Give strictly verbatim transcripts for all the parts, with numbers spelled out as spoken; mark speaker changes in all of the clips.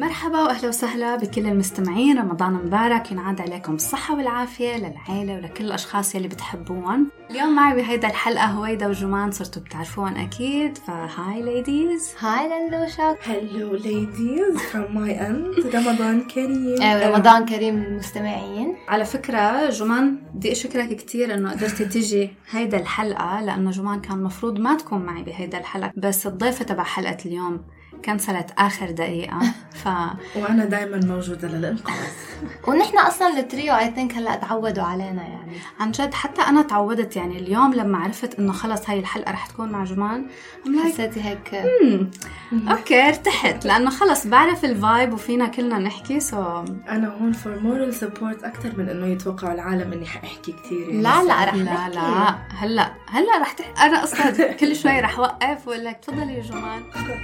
Speaker 1: مرحبا وأهلا وسهلا بكل المستمعين. رمضان مبارك، ينعاد عليكم الصحة والعافية للعائلة ولكل الأشخاص يلي بتحبون. اليوم معي بهيدا الحلقة هويدا وجمان، صرتوا بتعرفون أكيد. فهاي ليديز.
Speaker 2: هاي لندوشا.
Speaker 3: هلو ليديز from my end. رمضان كريم.
Speaker 2: رمضان كريم للمستمعين.
Speaker 1: على فكرة جمان بدي أشكرك كتير إنه قدرتي تيجي هيدا الحلقة، لأنه جمان كان مفروض ما تكون معي بهيدا الحلقة، بس الضيفة تبع حلقة اليوم كنسلت آخر دقيقة. ف...
Speaker 3: وأنا دايما موجودة للإنقاذ.
Speaker 2: ونحن أصلا التريو I think هلأ تعودوا علينا يعني.
Speaker 1: عن جد حتى أنا تعودت يعني. اليوم لما عرفت إنه خلص هاي الحلقة رح تكون مع جمان
Speaker 2: حسيتي هيك
Speaker 1: مم. أوكي ارتحت، لأنه خلص بعرف الفايب وفينا كلنا نحكي. سو
Speaker 3: أنا هون for moral support أكتر من إنه يتوقعوا العالم إني حأحكي كتير يعني.
Speaker 2: لا لا رح
Speaker 1: لا لا هلا هلا رح تح... أنا أصلا كل شوي رح وقف وأقول لك تفضلي يا جمان.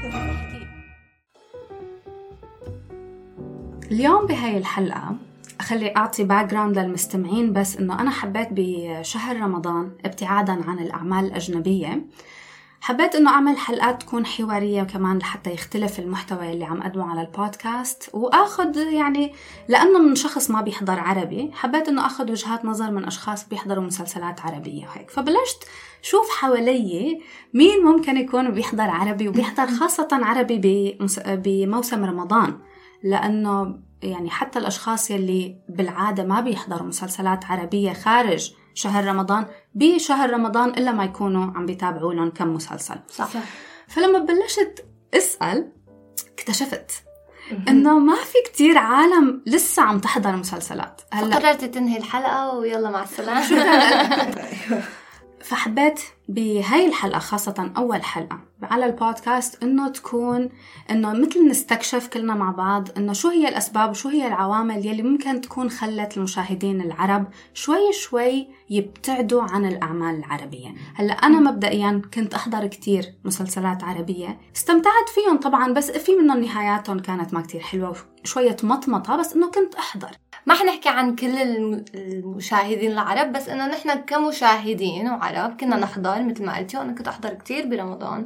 Speaker 1: اليوم بهاي الحلقة أخلي أعطي باك جراوند للمستمعين، بس إنه أنا حبيت بشهر رمضان ابتعادا عن الأعمال الأجنبية، حبيت إنه أعمل حلقات تكون حوارية وكمان لحتى يختلف المحتوى اللي عم أقدمه على البودكاست، وأخذ يعني لأنه من شخص ما بيحضر عربي حبيت إنه أخذ وجهات نظر من أشخاص بيحضروا مسلسلات عربية وهيك. فبلشت شوف حوالي مين ممكن يكون بيحضر عربي وبيحضر خاصة عربي بموسم رمضان، لأنه يعني حتى الأشخاص يلي بالعادة ما بيحضروا مسلسلات عربية خارج شهر رمضان بشهر رمضان إلا ما يكونوا عم بيتابعوا لهم كم مسلسل.
Speaker 2: صح.
Speaker 1: فلما بلشت أسأل اكتشفت إنه ما في كتير عالم لسه عم تحضر مسلسلات.
Speaker 2: هلا قررت تنهي الحلقة ويلا مع السلامة.
Speaker 1: فحبيت بهاي الحلقة خاصة أول حلقة على البودكاست إنه تكون إنه مثل نستكشف كلنا مع بعض إنه شو هي الأسباب وشو هي العوامل يلي ممكن تكون خلت المشاهدين العرب شوي شوي يبتعدوا عن الأعمال العربية. هلأ أنا مبدئيا كنت أحضر كتير مسلسلات عربية، استمتعت فيهم طبعا، بس في منهم نهاياتهم كانت ما كتير حلوة وشوية مطمطة، بس إنه كنت أحضر.
Speaker 2: ما حنحكي عن كل المشاهدين العرب، بس إنه نحن كمشاهدين وعرب كنا نحضر مثل ما قلتي، وأنا كنت أحضر كتير برمضان.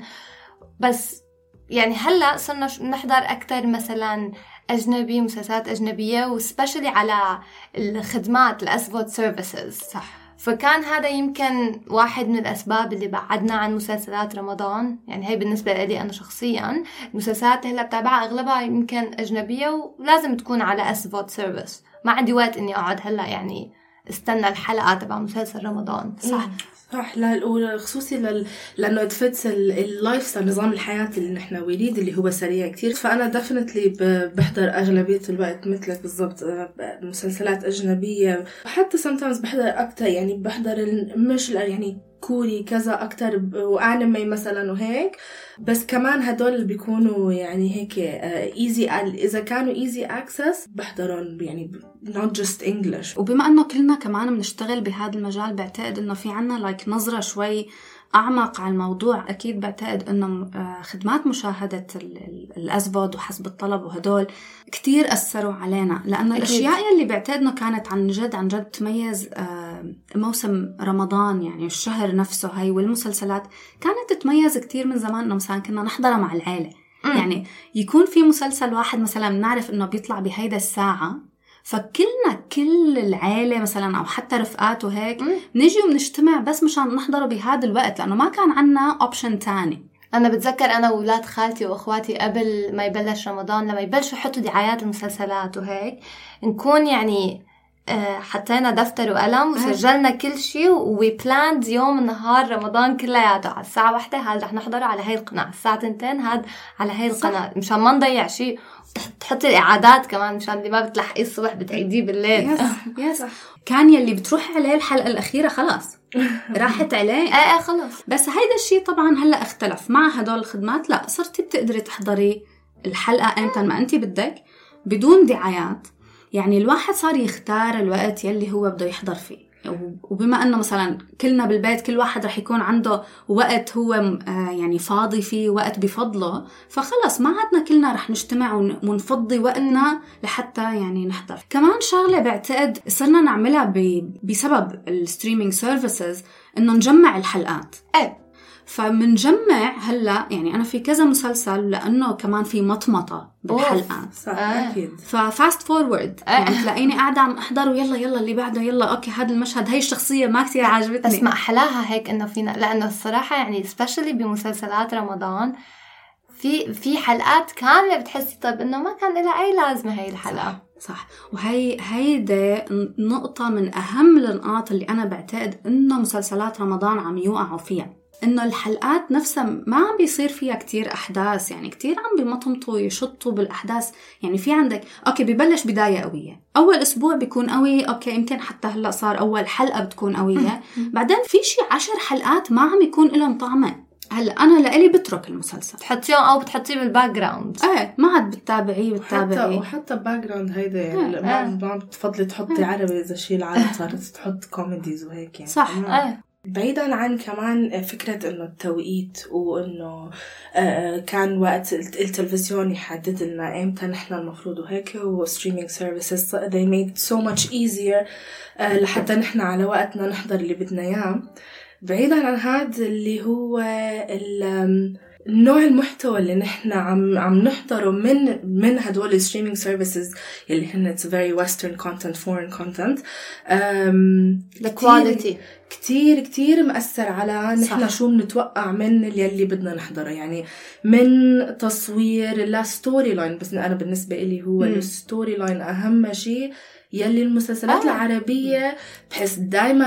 Speaker 2: بس يعني هلأ صرنا نحضر أكتر مثلا أجنبي، مسلسلات أجنبية، وسبيشلي على الخدمات الأسفود سيرفيسز.
Speaker 1: صح.
Speaker 2: فكان هذا يمكن واحد من الأسباب اللي بعدنا عن مسلسلات رمضان. يعني هي بالنسبة لي أنا شخصيا المسلسلات اللي هلأ بتابعها أغلبها يمكن أجنبية ولازم تكون على أسفود سيرفيس. ما عندي وقت إني أقعد هلأ يعني استنى الحلقة تبع مسلسل رمضان.
Speaker 1: صح.
Speaker 3: صح. لا خصوصي لل... لأنه تفتس اللايف ستايل، نظام الحياة اللي نحن وليد اللي هو سريع كتير. فأنا دفنتلي بحضر أغلبية الوقت مثلك بالضبط مسلسلات أجنبية، حتى sometimes بحضر أكتر يعني بحضر مش يعني كوري كذا أكتر وأنمي مثلا وهيك، بس كمان هدول اللي بيكونوا يعني هيك easy، إذا كانوا easy access بحضرهم يعني not just English.
Speaker 1: وبما أنه كلنا كمان بنشتغل بهذا المجال بعتقد أنه في عنا like نظرة شوي أعمق على الموضوع. أكيد بعتقد أنه خدمات مشاهدة الأسفود وحسب الطلب وهدول كتير أثروا علينا، لأنه الأشياء اللي بعتقد أنه كانت عن جد عن جد تميز موسم رمضان يعني الشهر نفسه هاي والمسلسلات كانت تتميز كتير من زمان. أنه مثلا كنا نحضرها مع العائلة، يعني يكون في مسلسل واحد مثلا بنعرف أنه بيطلع بهيدا الساعة، فكلنا كل العائلة مثلا أو حتى رفقات وهيك نجي وبنجتمع بس مشان نحضره بهذا الوقت، لأنه ما كان عنا أوبشن تاني.
Speaker 2: أنا بتذكر أنا وولاد خالتي وأخواتي قبل ما يبلش رمضان لما يبلشوا يحطوا دعايات المسلسلات وهيك نكون يعني حطينا دفتر وقلم وسجلنا كل شيء وبلاند يوم النهار رمضان كلياته على الساعة واحدة هذا رح نحضره على هاي القناة، الساعة تنتين هذا على هاي القناة، مشان ما نضيع شيء. تحطي الإعادات كمان مشان اللي ما بتلحقي الصبح بتعيديه بالليل.
Speaker 1: يس يس. كان يلي بتروح عليه الحلقة الأخيرة خلاص راحت عليه.
Speaker 2: ايه خلاص.
Speaker 1: بس هيدا الشيء طبعا هلأ اختلف مع هدول الخدمات. لا صرتي بتقدري تحضري الحلقة امتى ما انتي بدك بدون دعايات. يعني الواحد صار يختار الوقت يلي هو بده يحضر فيه، وبما أنه مثلا كلنا بالبيت كل واحد رح يكون عنده وقت هو يعني فاضي فيه وقت بفضله، فخلص ما عدنا كلنا رح نجتمع ونفضي وقتنا لحتى يعني نحضر. كمان شغلة بعتقد صرنا نعملها بسبب الستريمينج سيرفيسز إنه نجمع الحلقات.
Speaker 2: ايه
Speaker 1: فمنجمع هلا يعني انا في كذا مسلسل لانه كمان في مطمطه بالحلقه
Speaker 3: صح آه. اكيد.
Speaker 1: ففاست فورورد آه. يعني تلاقيني قاعده عم احضر ويلا يلا اللي بعده يلا اوكي هذا المشهد هاي الشخصيه ما كثير عجبتني.
Speaker 2: بس ما احلاها هيك انه فينا، لانه الصراحه يعني سبيشلي بمسلسلات رمضان في في حلقات كامله بتحسي طيب انه ما كان لها اي لازمه هاي الحلقه.
Speaker 1: صح, صح. وهي هيدا نقطه من اهم النقاط اللي انا بعتقد انه مسلسلات رمضان عم يوقعوا فيها، إنه الحلقات نفسها ما عم بيصير فيها كتير أحداث، يعني كتير عم بيمطمطوا يشطوا بالأحداث. يعني في عندك أوكي بيبلش بداية قوية، أول أسبوع بيكون قوي، أوكي يمكن حتى هلأ صار أول حلقة بتكون قوية، بعدين في شي عشر حلقات ما عم يكون لهم طعمة. هلا أنا لإلي بترك المسلسل
Speaker 2: تحطيهم أو بتحطيه بالباك جراوند،
Speaker 1: إيه ما عاد بتتابعيه بتتابعيه
Speaker 3: وحتى باك جراوند هيدا يعني ما ما بتفضلي تحطي عربي إذا شيء العالم صارت تحط كوميديز وهيك يعني.
Speaker 1: صح
Speaker 2: آه.
Speaker 3: بعيدا عن كمان فكرة إنه التوقيت وإنه كان وقت التلفزيون يحدد لنا إمتى نحن المفروض وهيك، و streaming services they made so much easier لحتى نحن على وقتنا نحضر اللي بدنا إياه. بعيدا عن هذا اللي هو النوع المحتوى اللي نحن عم عم نحضره من من هدول streaming services اللي هن it's very western content foreign content
Speaker 2: the quality
Speaker 3: كتير كتير مأثر على نحن شو بنتوقع من اللي بدنا نحضره. يعني من تصوير لا ستوري لاين، بس أنا بالنسبة إلي هو الستوري لاين أهم شيء يلي المسلسلات آه. العربية بحس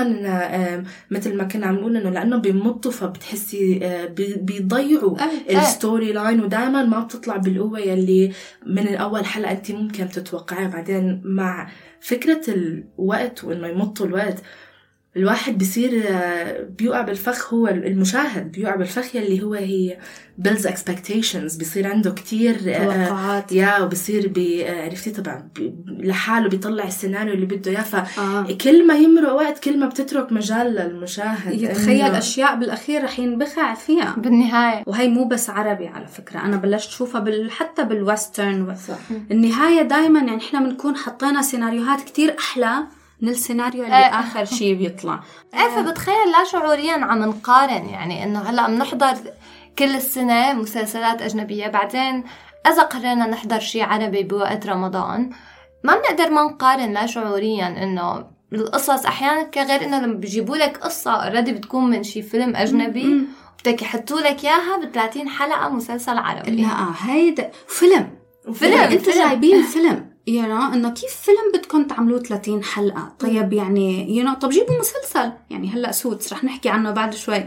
Speaker 3: دايما مثل ما كنا عم نقول إنه لأنه بيمطوا فبتحسي بيضيعوا آه. الستوري لاين، ودايما ما بتطلع بالقوة يلي من الأول حلقة أنت ممكن تتوقعها. بعدين مع فكرة الوقت وإنه يمطوا الوقت الواحد بيصير بيوقع بالفخ، هو المشاهد بيوقع بالفخ يلي هو هي builds expectations، بيصير عنده كتير
Speaker 1: توقعات
Speaker 3: يا وبيصير بعرفتي طبعا لحاله بيطلع السيناريو اللي بده اياه، فكل ما يمرق وقت كل ما بتترك مجال للمشاهد
Speaker 1: يتخيل أشياء بالأخير رح ينبخع فيها
Speaker 2: بالنهاية.
Speaker 1: وهي مو بس عربي على فكرة، أنا بلشت شوفها بال... حتى بالوسترن. النهاية دايما يعني إحنا بنكون حطينا سيناريوهات كتير أحلى من السيناريو اللي آه. آخر شيء بيطلع.
Speaker 2: إيه فبتخيل لا شعوريا عم نقارن، يعني إنه هلأ بنحضر كل السنة مسلسلات أجنبية، بعدين إذا قررنا نحضر شيء عربي بوقت رمضان ما بنقدر ما نقارن لا شعوريا إنه القصص أحيانا كغير إنه لما بيجيبوا لك قصة أوريدي بتكون من شيء فيلم أجنبي بدك يحطوا لك إياها بثلاثين حلقة مسلسل عربي.
Speaker 1: لا هيدا فيلم
Speaker 2: فيلم
Speaker 1: أنتوا جايبين فيلم you know إنه كيف فيلم بدكم تعملوه ثلاثين حلقة؟ طيب يعني you know طب جيبوا مسلسل، يعني هلأ سوتس رح نحكي عنه بعد شوي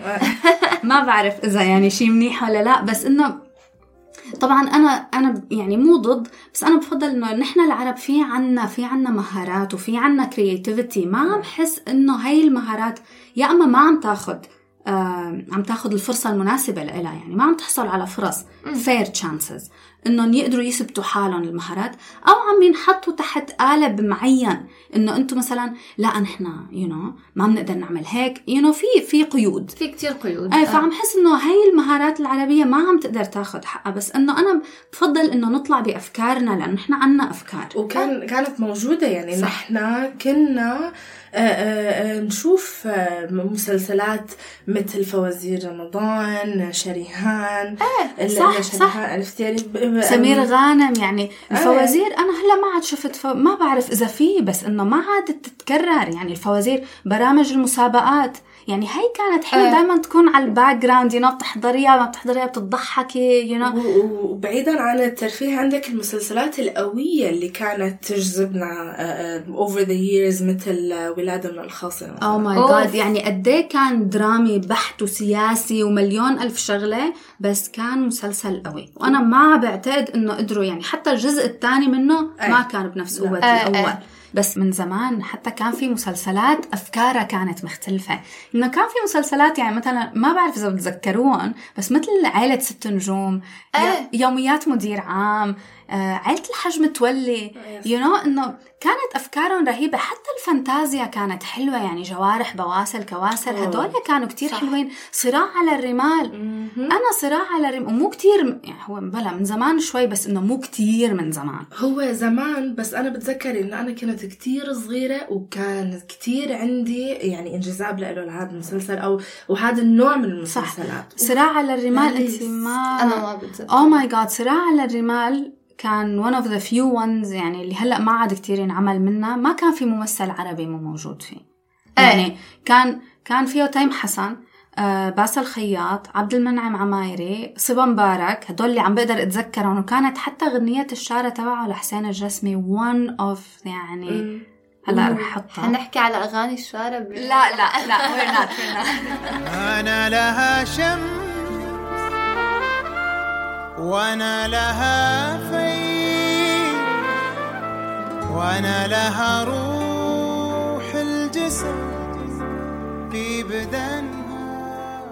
Speaker 1: ما بعرف إذا يعني شيء منيح ولا لا، بس إنه طبعا أنا أنا يعني مو ضد، بس أنا بفضل إنه نحن العرب في عنا في عنا مهارات وفي عنا creativity، ما عم بحس إنه هاي المهارات يا أما ما عم تاخد آه عم تاخد الفرصة المناسبة لها، يعني ما عم تحصل على فرص fair chances إنهم يقدروا يثبتوا حالهم المهارات، أو عم ينحطوا تحت قالب معين إنه أنتوا مثلا لا نحن you know ما بنقدر نعمل هيك you know في في قيود
Speaker 2: في كتير قيود.
Speaker 1: أي فعم حس إنه هاي المهارات العربية ما عم تقدر تاخد حقها، بس إنه أنا بفضل إنه نطلع بأفكارنا لأن نحن عنا أفكار
Speaker 3: وكان كانت موجودة. يعني نحن كنا آآ آآ نشوف مسلسلات مثل فوازير رمضان، شريهان
Speaker 1: آه صح صح سمير غانم، يعني الفوازير آه. أنا هلا ما عاد شفت ف... ما بعرف إذا فيه، بس إنه ما عادت تتكرر. يعني الفوازير برامج المسابقات يعني هاي كانت حلوة آه. دايما تكون على الباك جراوند ينو بتحضريها ما بتحضريها بتضحكي ينو.
Speaker 3: وبعيدا عن الترفيه عندك المسلسلات القوية اللي كانت تجذبنا uh, over the years مثل ولادة من الخاصة.
Speaker 1: oh my god يعني قديه كان درامي بحت وسياسي ومليون ألف شغلة، بس كان مسلسل قوي. وأنا ما بعتقد إنه قدروا يعني حتى الجزء الثاني منه آه. ما كان بنفس قوة آه. الأول آه. بس من زمان حتى كان في مسلسلات أفكارها كانت مختلفة. إنه كان في مسلسلات يعني مثلا ما بعرف إذا بتذكروهم، بس مثل عائلة ست نجوم،
Speaker 2: أه.
Speaker 1: يوميات مدير عام، عائلة الحج متولي يو you know إنه كانت أفكارهم رهيبة. حتى الفانتازيا كانت حلوة، يعني جوارح بواسل كواسل هدول كانوا كتير صح. حلوين. صراع على الرمال م-م. أنا صراع على الرمال ومو كتير يعني هو بلا من زمان شوي بس إنه مو كتير من زمان.
Speaker 3: هو زمان بس أنا بتذكر إنه أنا كنت كتير صغيرة وكانت كتير عندي يعني انجذاب له لهذا المسلسل أو وهذا النوع من المسلسلات.
Speaker 1: صراع على الرمال أنت ما
Speaker 2: أنا ما بتذكر.
Speaker 1: Oh my god صراع على الرمال كان one of the few ones يعني اللي هلأ ما عاد كتير ينعمل منها. ما كان في ممثل عربي مو موجود فيه يعني أي. كان كان فيه تيم حسن، آه باسل خياط، عبد المنعم عمايري، صبا مبارك، هدول اللي عم بقدر اتذكرهم. وكانت حتى غنية الشارع تبعه لحسين الجسمي one of يعني م. هلا رح احطها.
Speaker 2: حنحكي على اغاني الشارع ب...
Speaker 1: لا لا لا we're not
Speaker 4: انا لها شم وانا لها في وانا لها روح الجسد في بدنها.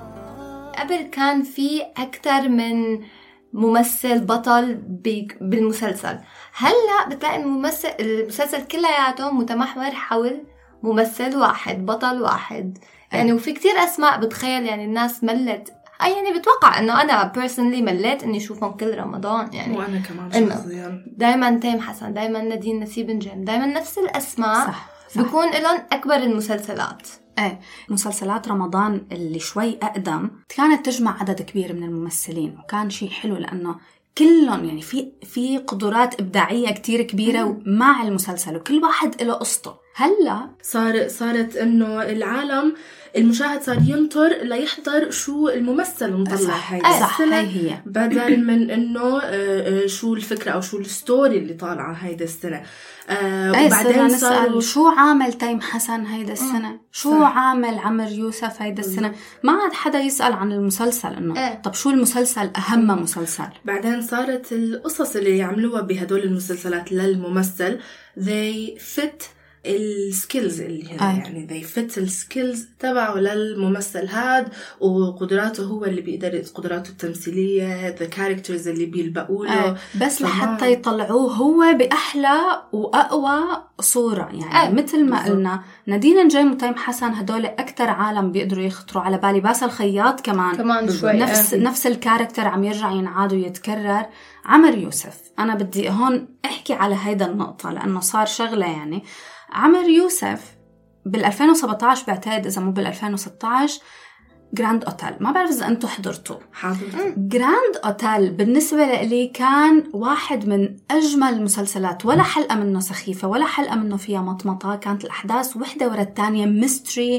Speaker 2: قبل كان في اكثر من ممثل بطل بالمسلسل. هلا بتلاقي الممثل المسلسل كلياته متمحور حول ممثل واحد بطل واحد يعني. وفي كتير اسماء بتخيل يعني الناس ملت أي يعني بتوقع إنه أنا personally مليت إني أشوفهم كل رمضان يعني.
Speaker 3: وأنا كمان شخصيا
Speaker 2: دايما تيم حسن، دايما نادين نسيب نجم، دايما نفس الأسماء صح. صح. بيكون لهم أكبر المسلسلات.
Speaker 1: ايه مسلسلات رمضان اللي شوي أقدم كانت تجمع عدد كبير من الممثلين وكان شيء حلو لأنه كلهم يعني في في قدرات إبداعية كتير كبيرة مم. مع المسلسل وكل واحد له قصته. هلا
Speaker 3: صار صارت إنه العالم المشاهد صار ينطر ليحضر شو الممثل مطلع هاي
Speaker 1: السنة
Speaker 3: هي بدل من إنه شو الفكرة أو شو الستوري اللي طالعة هيدا السنة.
Speaker 1: آه وبعدين صار شو عامل تيم حسن هيدا السنة، شو صح. عامل عمر يوسف هيدا السنة. ما عاد حدا يسأل عن المسلسل إنه اه. طب شو المسلسل أهم مسلسل.
Speaker 3: بعدين صارت القصص اللي يعملوها بهدول المسلسلات للممثل they fit السكيلز اللي هنا آه. يعني they fit السكيلز تبعه للممثل هاد وقدراته هو اللي بيقدر قدراته التمثيلية the characters اللي بيلبقوا له آه.
Speaker 1: بس فما... لحتى يطلعوه هو بأحلى وأقوى صورة يعني آه. مثل ما بالضبط. قلنا نادين نجم وتيم حسن هدول أكتر عالم بيقدروا يخطروا على بالي. باسل خياط كمان,
Speaker 2: كمان شوي
Speaker 1: نفس آه. نفس الكاركتر عم يرجع ينعاد ويتكرر. عمر يوسف أنا بدي هون أحكي على هيدا النقطة لأنه صار شغلة يعني. عمر يوسف بالألفين وسبعتاشر بعتقد إذا مو بالألفين وستة عشر جراند أوتيل. ما بعرف إذا أنتوا حضرتوا جراند أوتيل. بالنسبة لي كان واحد من أجمل المسلسلات، ولا حلقة منه سخيفة ولا حلقة منه فيها مطمطة. كانت الأحداث وحدة ورا الثانية ميستري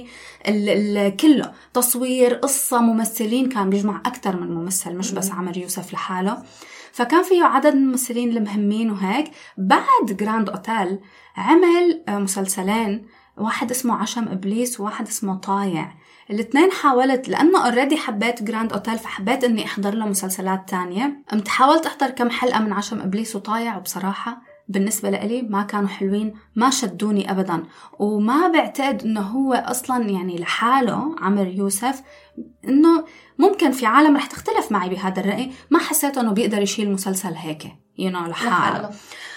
Speaker 1: كله تصوير قصة ممثلين كان بيجمع أكتر من ممثل مش بس عمر يوسف لحاله. فكان فيه عدد من الممثلين المهمين وهيك. بعد جراند أوتيل عمل مسلسلين، واحد اسمه عشم إبليس وواحد اسمه طايع. الاثنين حاولت لأنه already حبيت جراند أوتيل فحبيت أني أحضر له مسلسلات تانية. قمت حاولت أحضر كم حلقة من عشم إبليس وطايع وبصراحة بالنسبة لي ما كانوا حلوين، ما شدوني أبدا. وما بعتقد أنه هو أصلا يعني لحاله عمر يوسف أنه ممكن في عالم رح تختلف معي بهذا الرأي. ما حسيت أنه بيقدر يشيل مسلسل هيك you know لحاله.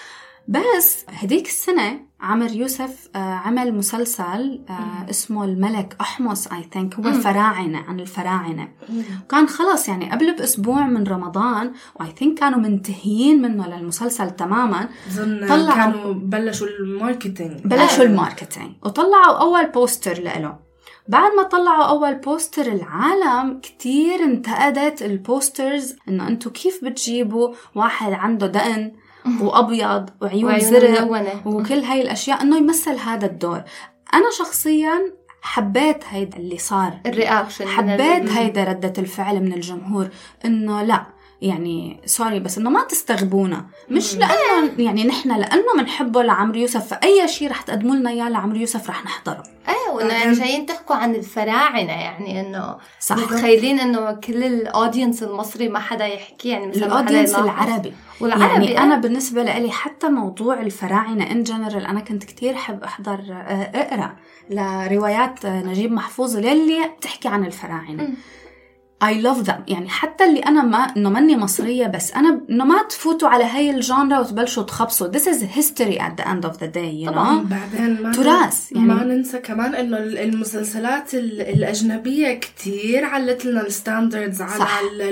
Speaker 1: بس هديك السنة عمر يوسف عمل مسلسل اسمه الملك أحمس I think هو الفراعنة عن الفراعنة. كان خلاص يعني قبل بأسبوع من رمضان و I think كانوا منتهيين منه للمسلسل تماما.
Speaker 3: طلعوا كانوا بلشوا الماركتينج
Speaker 1: بلشوا آه. الماركتينج وطلعوا أول بوستر لإله. بعد ما طلعوا أول بوستر العالم كتير انتقدت البوسترز إنه أنتوا كيف بتجيبوا واحد عنده دقن وأبيض وعيون زرق وكل هاي الأشياء إنه يمثل هذا الدور. أنا شخصياً حبيت هيدا اللي صار
Speaker 2: الرياكشن،
Speaker 1: حبيت هيدا ردة الفعل من الجمهور إنه لا يعني سوري بس إنه ما تستغبونا. مش لأنه يعني نحنا لأنه منحبه لعمر يوسف فأي شيء رح تقدموا لنا إياه لعمر يوسف رح نحضره.
Speaker 2: ايه وانه يعني جايين تحكوا عن الفراعنه يعني انه متخيلين انه كل الاودينس المصري ما حدا يحكي يعني مثلا
Speaker 1: الاودينس العربي
Speaker 2: والعربي
Speaker 1: يعني انا بالنسبه لي حتى موضوع الفراعنه ان جنرال انا كنت كتير حب احضر اقرا لروايات نجيب محفوظ اللي بتحكي عن الفراعنه. I love them. يعني حتى اللي أنا ما إنه مني مصرية، بس أنا إنه ما تفوتوا على هاي الجانرا وتبلشوا تخبصوا. This is history at the end of the day, you
Speaker 3: طبعا.
Speaker 1: know.
Speaker 3: بعدين ما
Speaker 1: تراث يعني.
Speaker 3: ما ننسى كمان إنه المسلسلات الأجنبية كتير علت لنا الستاندردز على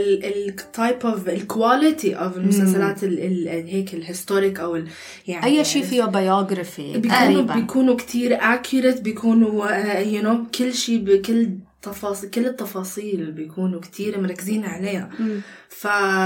Speaker 3: ال type of الكواليتي of المسلسلات ال ال هيك الهيستوريك أو يعني
Speaker 1: أي شيء فيه biography
Speaker 3: بيكونوا بيكونوا كتير accurate، بيكونوا uh, you know كل شيء بكل تفاصيل، كل التفاصيل بيكونوا كتير مركزين عليها. ف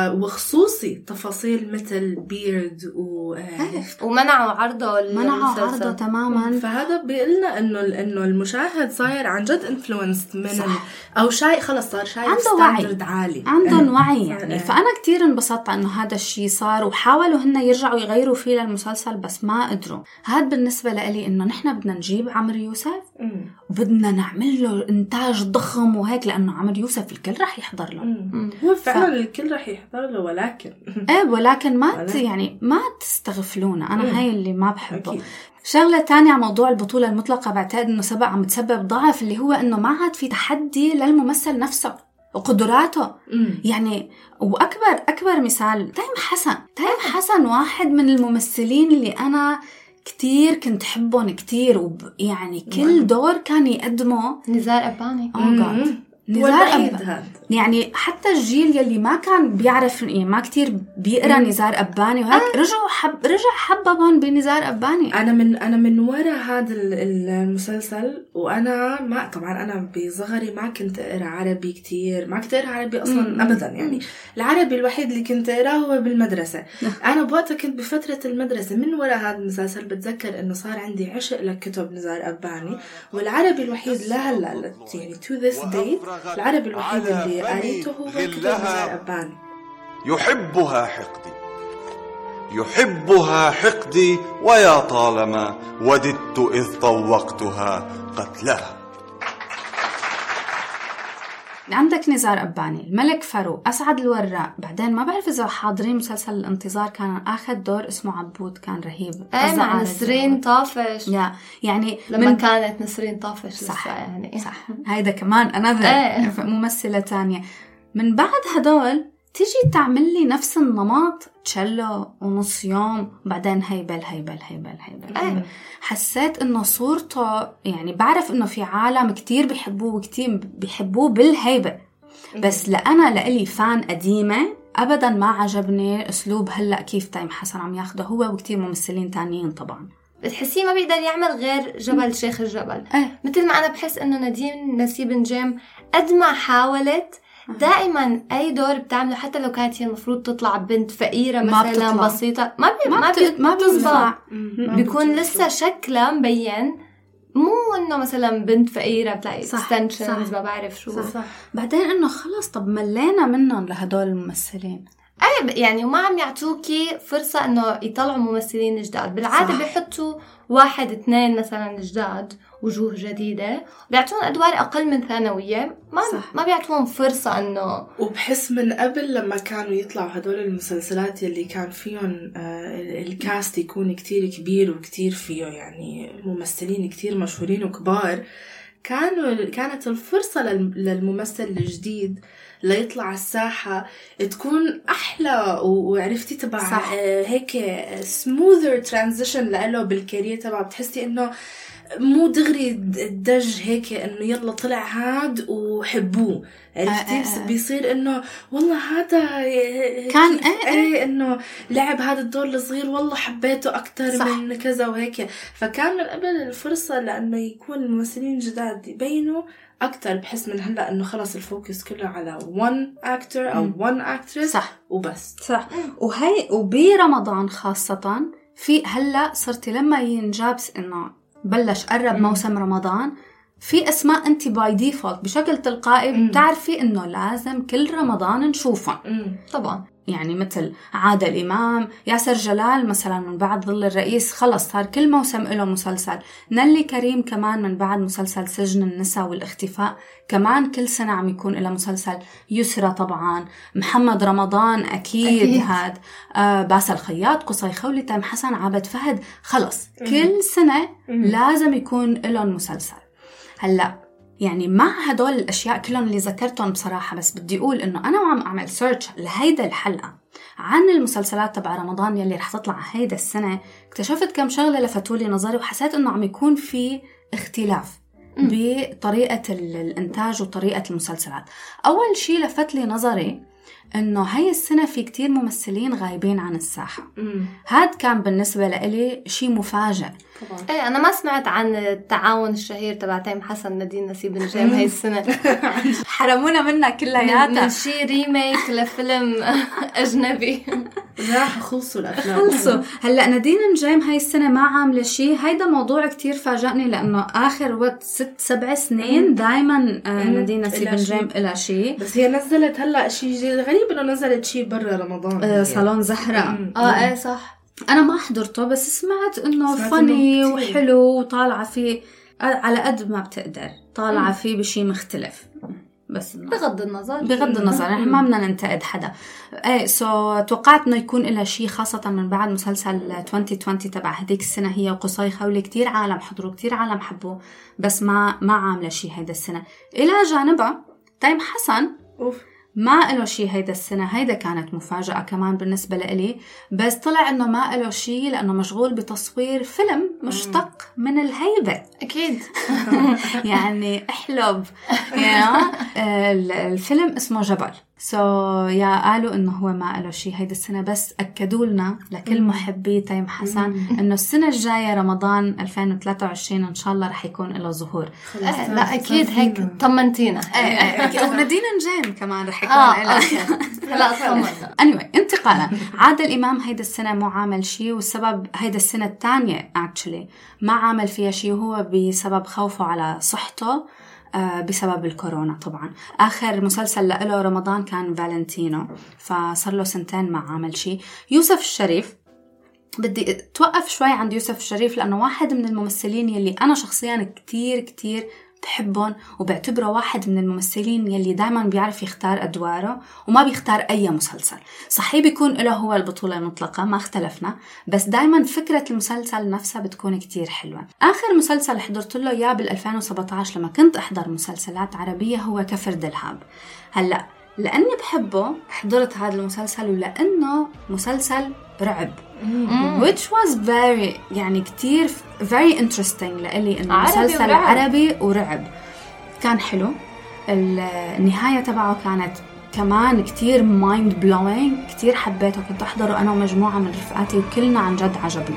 Speaker 3: وخصوصي تفاصيل مثل بيرد و
Speaker 2: ومنعوا عرضه
Speaker 1: منعوا عرضه تماما.
Speaker 3: فهذا بيقلنا انه انه المشاهد صاير عن جد انفلونسد من ال... او شيء خلص صار شيء
Speaker 1: عنده وعي
Speaker 3: عالي،
Speaker 1: عندهم اه. وعي يعني. فانا كتير انبسطت انه هذا الشيء صار، وحاولوا هن يرجعوا يغيروا فيه للمسلسل بس ما قدروا. هاد بالنسبه لي انه نحن بدنا نجيب عمرو يوسف وبدنا نعمل له انتاج ضخم وهيك، لانه عمرو يوسف الكل راح يحضر له.
Speaker 3: هو فعلا ف... الكل راح يحضر له، ولكن
Speaker 1: ايه ولكن ما ولكن. يعني ما تستغفلونا. انا مم. هاي اللي ما بحبه. أكيد. شغله تانية على موضوع البطوله المطلقه، بعتقد انه سبق عم تسبب ضعف، اللي هو انه ما عاد في تحدي للممثل نفسه وقدراته. مم. يعني واكبر اكبر مثال تايم حسن. تايم حسن واحد من الممثلين اللي انا كتير كنت حبهم كتير، ويعني كل دور كان يقدمه.
Speaker 2: نزار أباني
Speaker 1: oh نزار أباني يعني حتى الجيل يلي ما كان بيعرف يعني ما كتير بيقرأ نزار أباني وهيك آه. رجعوا حب رجع حببهم بنزار أباني.
Speaker 3: أنا من أنا من وراء هذا المسلسل، وأنا ما طبعا أنا بصغري ما كنت أقرأ عربي كتير، ما كنت أقرأ عربي أصلا مم. أبدا يعني. العربي الوحيد اللي كنت أقرأه هو بالمدرسة. أنا بوقتها كنت بفترة المدرسة. من وراء هذا المسلسل بتذكر إنه صار عندي عشق لكتب نزار أباني، والعربي الوحيد لهلا يعني to this day العربي الوحيد اللي قريته هو كتب نزار أباني.
Speaker 5: يحبها حقدي يحبها حقدي ويا طالما وددت إذ طوقتها قتلها.
Speaker 1: عندك نزار أباني، الملك فاروق، أسعد الوراق. بعدين ما بعرف إذا حاضرين مسلسل الانتظار، كان آخذ دور اسمه عبود، كان رهيب.
Speaker 2: ايه مع نسرين طافش.
Speaker 1: يا يعني
Speaker 2: لما من... كانت نسرين طافش
Speaker 1: صح
Speaker 2: يعني
Speaker 1: صح. هيدا كمان أنا
Speaker 2: ايه.
Speaker 1: ممثلة تانية. من بعد هدول تيجي تعمل لي نفس النمط، تشلو ونص يوم، بعدين هيبل هيبل هيبل هيبل.
Speaker 2: أيه.
Speaker 1: حسيت إنه صورته يعني بعرف إنه في عالم كتير بيحبوه وكتير بيحبوه بالهيبة، بس لأنا لإلي فان قديمة أبداً ما عجبني أسلوب هلأ كيف تايم حسن عم ياخده هو وكتير ممثلين تانيين. طبعاً
Speaker 2: بتحسيه ما بيقدر يعمل غير جبل شيخ الجبل.
Speaker 1: أيه.
Speaker 2: مثل ما أنا بحس إنه نديم نسيب نجم قد ما حاولت دائما أي دور بتعمله، حتى لو كانت هي المفروض تطلع بنت فقيرة مثلا
Speaker 1: ما
Speaker 2: بسيطة، ما بي
Speaker 1: ما, بت... ما
Speaker 2: بتزبط. بيكون لسه شكلها مبين، مو إنه مثلا بنت فقيرة بتلاقي extensions ما بعرف شو.
Speaker 1: صح. صح. بعدين إنه خلص طب ملينا منهم لهدول الممثلين.
Speaker 2: أي يعني وما عم يعطوكي فرصة إنه يطلعوا ممثلين جداد. بالعادة بيحطوا واحد اثنين مثلا جداد، وجوه جديدة، بيعطون أدوار أقل من ثانوية، ما صح. ما بيعطون فرصة إنه.
Speaker 3: وبحس من قبل لما كانوا يطلعوا هدول المسلسلات اللي كان فيهم آه الكاست يكون كتير كبير وكتير فيه يعني ممثلين كتير مشهورين وكبار، كانوا كانت الفرصة للممثل الجديد ليطلع الساحة تكون أحلى، وعرفتي تبع آه هيك smoother transition لأله بالكارير تبع. بتحسي إنه مو دغري الدج هيك انه يلا طلع هاد وحبوه، عرفتي؟ آه آه بيصير انه والله هذا
Speaker 1: كان
Speaker 3: ايه, ايه انه لعب هذا الدور الصغير والله حبيته اكتر من كذا وهيك. فكان من قبل الفرصة لانه يكون الممثلين الجداد يبينوا اكتر. بحس من هلا انه خلص الفوكس كله على one actor او م. one actress
Speaker 1: صح
Speaker 3: وبس.
Speaker 1: صح. وهي وبرمضان خاصة في هلا صرتي لما ينجابس انه بلش قرب موسم رمضان، في أسماء أنت باي ديفولت بشكل تلقائي بتعرفي إنه لازم كل رمضان نشوفهم.
Speaker 2: طبعا
Speaker 1: يعني مثل عادل إمام، ياسر جلال مثلا من بعد ظل الرئيس خلص صار كل موسم له مسلسل. نيلي كريم كمان من بعد مسلسل سجن النساء والاختفاء كمان كل سنة عم يكون له مسلسل. يسرى طبعا، محمد رمضان أكيد, أكيد. هاد آه باسل خياط، قصي خولي، تايم حسن، عابد فهد، خلص كل سنة لازم يكون لهم مسلسل. هلأ يعني مع هدول الأشياء كلهم اللي ذكرتهم بصراحة، بس بدي أقول إنه أنا وعم أعمل سيرش لهيدا الحلقة عن المسلسلات تبع رمضان يلي رح تطلع هيدا السنة، اكتشفت كم شغلة لفتولي نظري وحسيت إنه عم يكون في اختلاف بطريقة الإنتاج وطريقة المسلسلات. أول شيء لفت لي نظري إنه هاي السنة في كتير ممثلين غايبين عن الساحة. هاد كان بالنسبة لإلي شيء مفاجئ.
Speaker 2: ايه انا ما سمعت عن التعاون الشهير تبع تيم حسن نادين نسيب نجيم هاي السنة.
Speaker 1: حرمونا منها كلياتها
Speaker 2: من شيء ريميك لفيلم أجنبي.
Speaker 3: راح خلصوا الأفلام.
Speaker 1: خلصوا. هلأ نادين نجيم هاي السنة ما عاملة شيء. هيدا موضوع كتير فاجأني لأنه آخر وقت ست سبع سنين دايما نادين نسيب نجيم إلى شيء.
Speaker 3: بس هي نزلت هلا شيء غريب إنه نزلت شيء برا رمضان.
Speaker 1: آه صالون زهرة.
Speaker 2: اه ايه صح.
Speaker 1: أنا ما حضرته بس سمعت إنه فني وحلو وطالعة فيه على قد ما بتقدر طالعة فيه بشي مختلف. بس
Speaker 2: بغض النظر
Speaker 1: بغض النظر نحن ما بدنا ننتقد حدا. ايه سو توقعت انه يكون لها شيء خاصه من بعد مسلسل ألفين وعشرين تبع هديك السنه هي وقصي خولي. كتير عالم حضروا كتير عالم حبوا بس ما ما عامله شيء هيدا السنه. الى جانبها تيم حسن
Speaker 3: أوف.
Speaker 1: ما له شيء هيدا السنة. هيدا كانت مفاجأة كمان بالنسبة لإلي، بس طلع إنه ما له شيء لأنه مشغول بتصوير فيلم مشتق من الهيبة.
Speaker 2: أكيد.
Speaker 1: يعني احلب يعني الفيلم اسمه جبل. سو so, يا قالوا إنه هو ما له شيء هيدا السنة، بس أكدوا لنا لكل محبي تيم حسن إنه السنة الجاية رمضان ألفين وثلاثة وعشرين إن شاء الله رح يكون له ظهور.
Speaker 2: آه لا أكيد هيك طمنتينا.
Speaker 1: ونادين نجيم كمان رح يكون
Speaker 2: آه
Speaker 1: له.
Speaker 2: لا طمنا.
Speaker 1: anyway انتقالا عادل إمام هيدا السنة مو عامل شيء، والسبب هيدا السنة الثانية actually ما عامل فيها شيء، وهو بسبب خوفه على صحته بسبب الكورونا. طبعا آخر مسلسل له رمضان كان فالنتينو، فصار له سنتين ما عامل شيء. يوسف الشريف بدي توقف شوي عند يوسف الشريف لأنه واحد من الممثلين يلي أنا شخصيا كتير كتير بحبهم وبعتبره واحد من الممثلين يلي دايما بيعرف يختار أدواره وما بيختار أي مسلسل. صحيح بيكون له هو البطولة المطلقة ما اختلفنا، بس دايما فكرة المسلسل نفسها بتكون كتير حلوة. آخر مسلسل حضرت له يا بالألفين وسبعة عشر لما كنت أحضر مسلسلات عربية هو كفر دلهاب. هلأ لأني بحبه حضرت هذا المسلسل ولأنه مسلسل رعب which was very يعني كتير very interesting لإلي إنه مسلسل ورعب. عربي ورعب كان حلو. النهاية تبعه كانت كمان كتير mind blowing، كتير حبيته. كنت أحضره أنا ومجموعة من رفقاتي وكلنا عن جد عجبنا.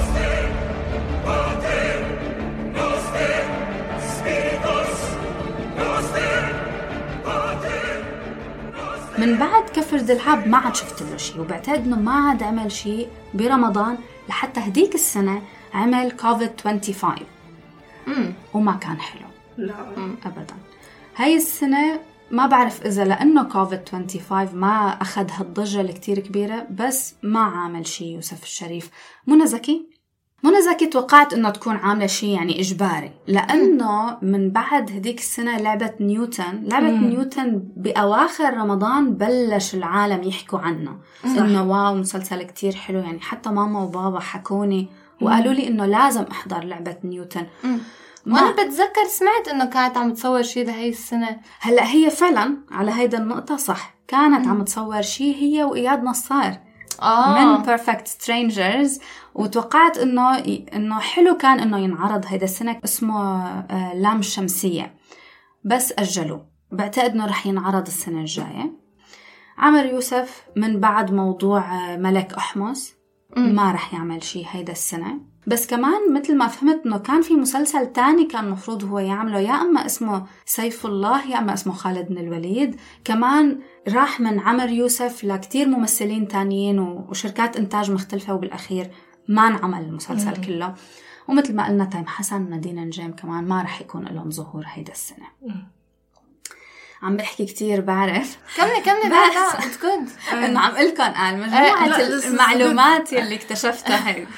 Speaker 1: من بعد كفر دلهاب ما عاد شفت له شيء، وبعتقد انه ما عاد عمل شيء برمضان لحتى هديك السنة عمل كوفيد خمسة وعشرين
Speaker 2: امم
Speaker 1: وما كان حلو.
Speaker 3: لا
Speaker 1: ابدا. هاي السنة ما بعرف اذا لانه كوفيد خمسة وعشرين ما اخذ هالضجة الكتير كبيرة، بس ما عامل شيء يوسف الشريف. منى زكي منى زكي توقعت انه تكون عامله شيء يعني اجباري، لانه من بعد هديك السنه لعبه نيوتن لعبه مم. نيوتن باواخر رمضان بلش العالم يحكوا عنه انه واو مسلسل كتير حلو. يعني حتى ماما وبابا حكوني وقالوا لي انه لازم احضر لعبه نيوتن.
Speaker 2: وانا بتذكر سمعت انه كانت عم تصور شيء لهي السنه.
Speaker 1: هلا هي فعلا على هيدا النقطه صح، كانت مم. عم تصور شيء هي وإياد نصار
Speaker 2: آه.
Speaker 1: من Perfect Strangers، وتوقعت إنه إنه حلو كان إنه ينعرض هيدا السنة اسمه لام الشمسية، بس أجلوه. بعتقد إنه رح ينعرض السنة الجاية. عمر يوسف من بعد موضوع ملك أحمس ما رح يعمل شيء هيدا السنة، بس كمان مثل ما فهمت إنه كان في مسلسل تاني كان مفروض هو يعمله، يا أما اسمه سيف الله يا أما اسمه خالد بن الوليد. كمان راح من عمر يوسف لكتير ممثلين تانيين وشركات إنتاج مختلفة، وبالأخير ما نعمل المسلسل مم. كله. ومثل ما قلنا تيم حسن ونادين نجيم كمان ما رح يكون لهم ظهور هيدا السنة. مم. عم بحكي كتير بعرف.
Speaker 2: كملي كملي بقى كنت
Speaker 1: إنه عم قلكن قال مجموعة المعلومات يلي اكتشفتها هيك.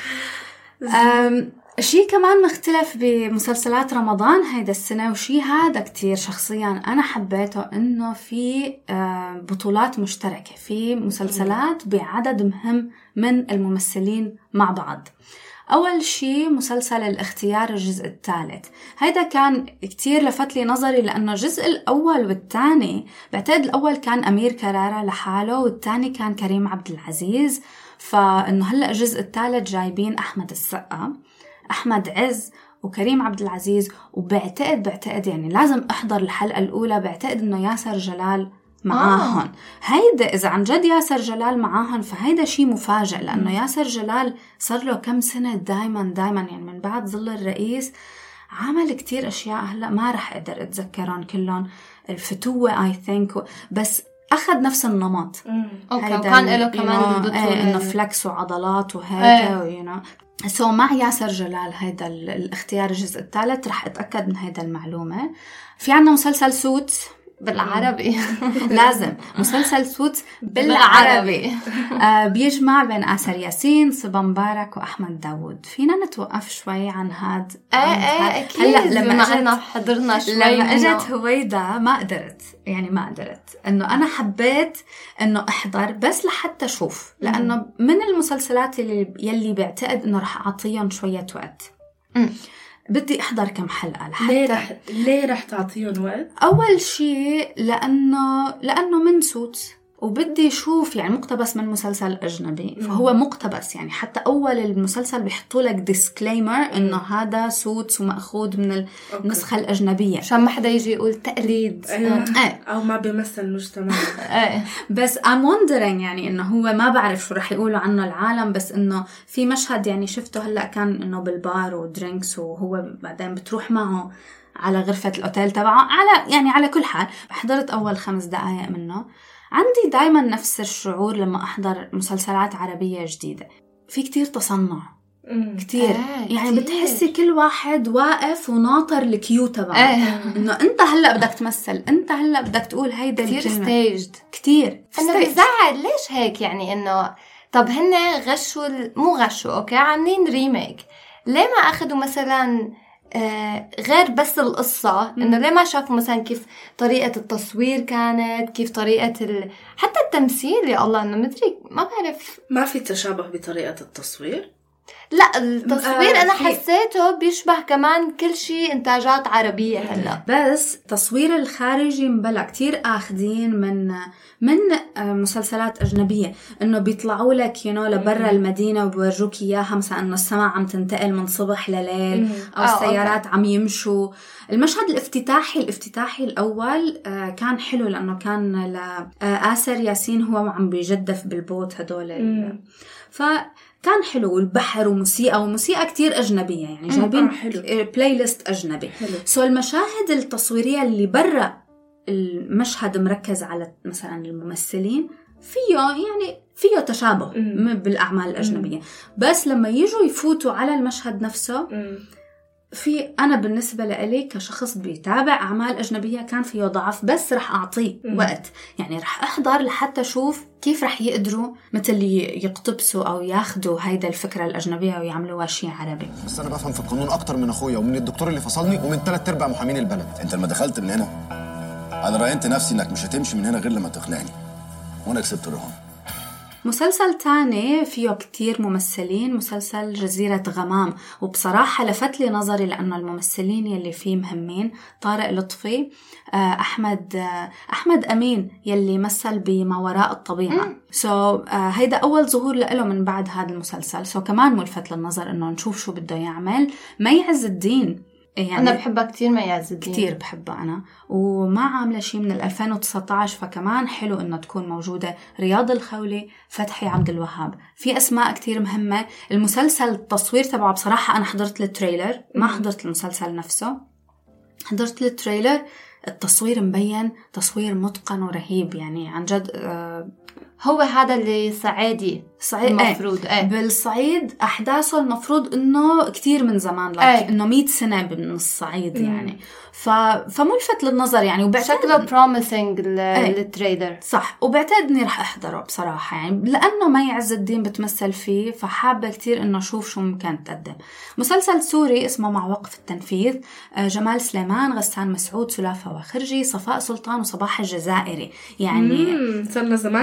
Speaker 1: شيء كمان مختلف بمسلسلات رمضان هيدا السنة، وشيء هذا كتير شخصيا أنا حبيته، إنه في بطولات مشتركة في مسلسلات بعدد مهم من الممثلين مع بعض. أول شي مسلسل الاختيار الجزء الثالث، هيدا كان كتير لفت لي نظري لأنه الجزء الأول والثاني بعتقد الأول كان أمير كرارة لحاله والثاني كان كريم عبد العزيز، فإنه هلأ الجزء الثالث جايبين أحمد السقا، أحمد عز وكريم عبد العزيز، وبعتقد بعتقد يعني لازم أحضر الحلقة الأولى، بعتقد إنه ياسر جلال معاهن. آه. هيدا إذا عن جد ياسر جلال معاهن فهيدا شي مفاجئ، لأنه ياسر جلال صار له كم سنة دايما دايما يعني من بعد ظل الرئيس عمل كتير أشياء هلأ ما رح أقدر أتذكرهم كلهم، الفتوة I think، بس أخذ نفس النمط.
Speaker 2: أوكي، وكان له كمان
Speaker 1: ايه إنه فلكس وعضلات وهيك وينا سو مع ياسر جلال. هيدا الاختيار الجزء الثالث رح أتأكد من هيدا المعلومة. في عنا مسلسل سوتس
Speaker 2: بالعربي
Speaker 1: لازم مسلسل سوتس بالعربي آه بيجمع بين آسر ياسين، صبا مبارك وأحمد داود. فينا نتوقف شوي عن هاد
Speaker 2: ايه ايه اكيد هلا لما اجت حضرنا شوي
Speaker 1: لما اجت هويدا ما قدرت يعني ما قدرت انه انا حبيت انه احضر بس لحتى اشوف، لانه من المسلسلات اللي يلي بعتقد انه رح اعطيهم شويه وقت. مم. بدي أحضر كم حلقة لحتى
Speaker 3: ليه رح ليه رح تعطيهم وقت؟
Speaker 1: أول شيء لأنه لأنه من سوتس وبدي أشوف يعني مقتبس من مسلسل أجنبي، فهو مقتبس يعني حتى أول المسلسل بيحطوا لك ديسكليمر إنه هذا سوتس ومأخوذ من النسخة الأجنبية
Speaker 2: عشان ما حدا يجي يقول تقليد.
Speaker 3: أيوة. أو ما بيمثل المجتمع.
Speaker 1: بس I'm wondering يعني إنه هو ما بعرف شو رح يقولوا عنه العالم، بس إنه في مشهد يعني شفته هلأ كان إنه بالبار ودرينكس وهو بعدين بتروح معه على غرفة الأوتيل تبعه. على يعني على كل حال حضرت أول خمس دقايق منه. عندي دايما نفس الشعور لما أحضر مسلسلات عربية جديدة، في كتير تصنع كتير
Speaker 2: آه
Speaker 1: يعني
Speaker 2: كتير.
Speaker 1: بتحسي كل واحد واقف وناطر الكيو تبعه آه. إنه أنت هلأ بدك تمثل، أنت هلأ بدك تقول هيدا
Speaker 2: كتير
Speaker 1: الكلمة
Speaker 2: ستيجد
Speaker 1: كتير.
Speaker 2: أنا بزعل ليش هيك يعني إنه طب هن غشوا مو غشوا أوكي عاملين ريميك، ليه ما أخذوا مثلا آه غير بس القصة؟ إنه ليه ما شافوا مثلا كيف طريقة التصوير كانت، كيف طريقة ال... حتى التمثيل. يا الله إنه مدري ما بعرف،
Speaker 3: ما في تشابه بطريقة التصوير.
Speaker 2: لا التصوير
Speaker 1: آه
Speaker 2: أنا
Speaker 1: في...
Speaker 2: حسيته بيشبه كمان كل شيء إنتاجات عربية هلا،
Speaker 1: بس تصوير الخارجي مبلا كتير آخذين من من مسلسلات أجنبية، إنه بيطلعوا لك ينو لبرا المدينة وبيورجوك إياها مثلا إنه السماء عم تنتقل من صبح لليل أو السيارات عم يمشوا. المشهد الافتتاحي الافتتاحي الأول كان حلو لأنه كان لآسر ياسين هو عم بيجدف بالبوت هدول ف كان حلو، والبحر وموسيقى وموسيقى كتير أجنبية يعني جايبين بلاي ليست أجنبي. سو المشاهد التصويرية اللي برا المشهد مركز على مثلا الممثلين فيه يعني فيه تشابه بالأعمال الأجنبية، بس لما يجوا يفوتوا على المشهد نفسه في أنا بالنسبة لي كشخص بيتابع أعمال أجنبية كان فيه ضعف، بس رح أعطيه وقت يعني رح أحضر لحتى أشوف كيف رح يقدروا مثل يقتبسوا أو ياخدوا هيدا الفكرة الأجنبية ويعملوها شيء عربي.
Speaker 6: بس أنا بفهم في القانون أكتر من أخويا ومن الدكتور اللي فصلني ومن ثلاث أرباع محامين البلد.
Speaker 7: أنت لما دخلت من هنا أنا راينت نفسي إنك مش هتمشي من هنا غير لما تقنعني، وأنا كسبت الرهان.
Speaker 1: مسلسل تاني فيه كتير ممثلين، مسلسل جزيرة غمام، وبصراحة لفت لي نظري لأنه الممثلين يلي فيه مهمين، طارق لطفي، أحمد أحمد أمين يلي مثل بما وراء الطبيعة. سو so, هيدا أول ظهور له من بعد هذا المسلسل. سو so, كمان ملفت للنظر إنه نشوف شو بده يعمل. مي عز الدين
Speaker 2: يعني أنا بحبها كتير، مي عز الدين
Speaker 1: كتير بحبها أنا، وما عاملة شيء من ألفين وتسعة عشر، فكمان حلو إنه تكون موجودة. رياض الخولي، فتحي عبد الوهاب، في أسماء كتير مهمة. المسلسل التصوير تبعه بصراحة أنا حضرت التريلر، ما حضرت المسلسل نفسه، حضرت التريلر. التصوير مبين تصوير متقن ورهيب يعني عن جد. آه
Speaker 2: هو هذا اللي صعيدي
Speaker 1: صعيد
Speaker 2: المفروض
Speaker 1: ايه. بالصعيد أحداثه المفروض إنه كتير من زمان، لكن ايه. إنه مئة سنة من الصعيد يعني ف... فملفت للنظر يعني، وبعتقد
Speaker 2: شكله بروميسينج للتريلر
Speaker 1: صح، وبعتقد إني رح أحضره بصراحة يعني لأنه مي عز الدين بتمثل فيه، فحابة كتير إنه أشوف شو ممكن تقدم. مسلسل سوري اسمه مع وقف التنفيذ، جمال سليمان، غسان مسعود، سلافة وخرجي، صفاء سلطان، وصباح الجزائري. يعني
Speaker 3: صرنا زمان ما شايف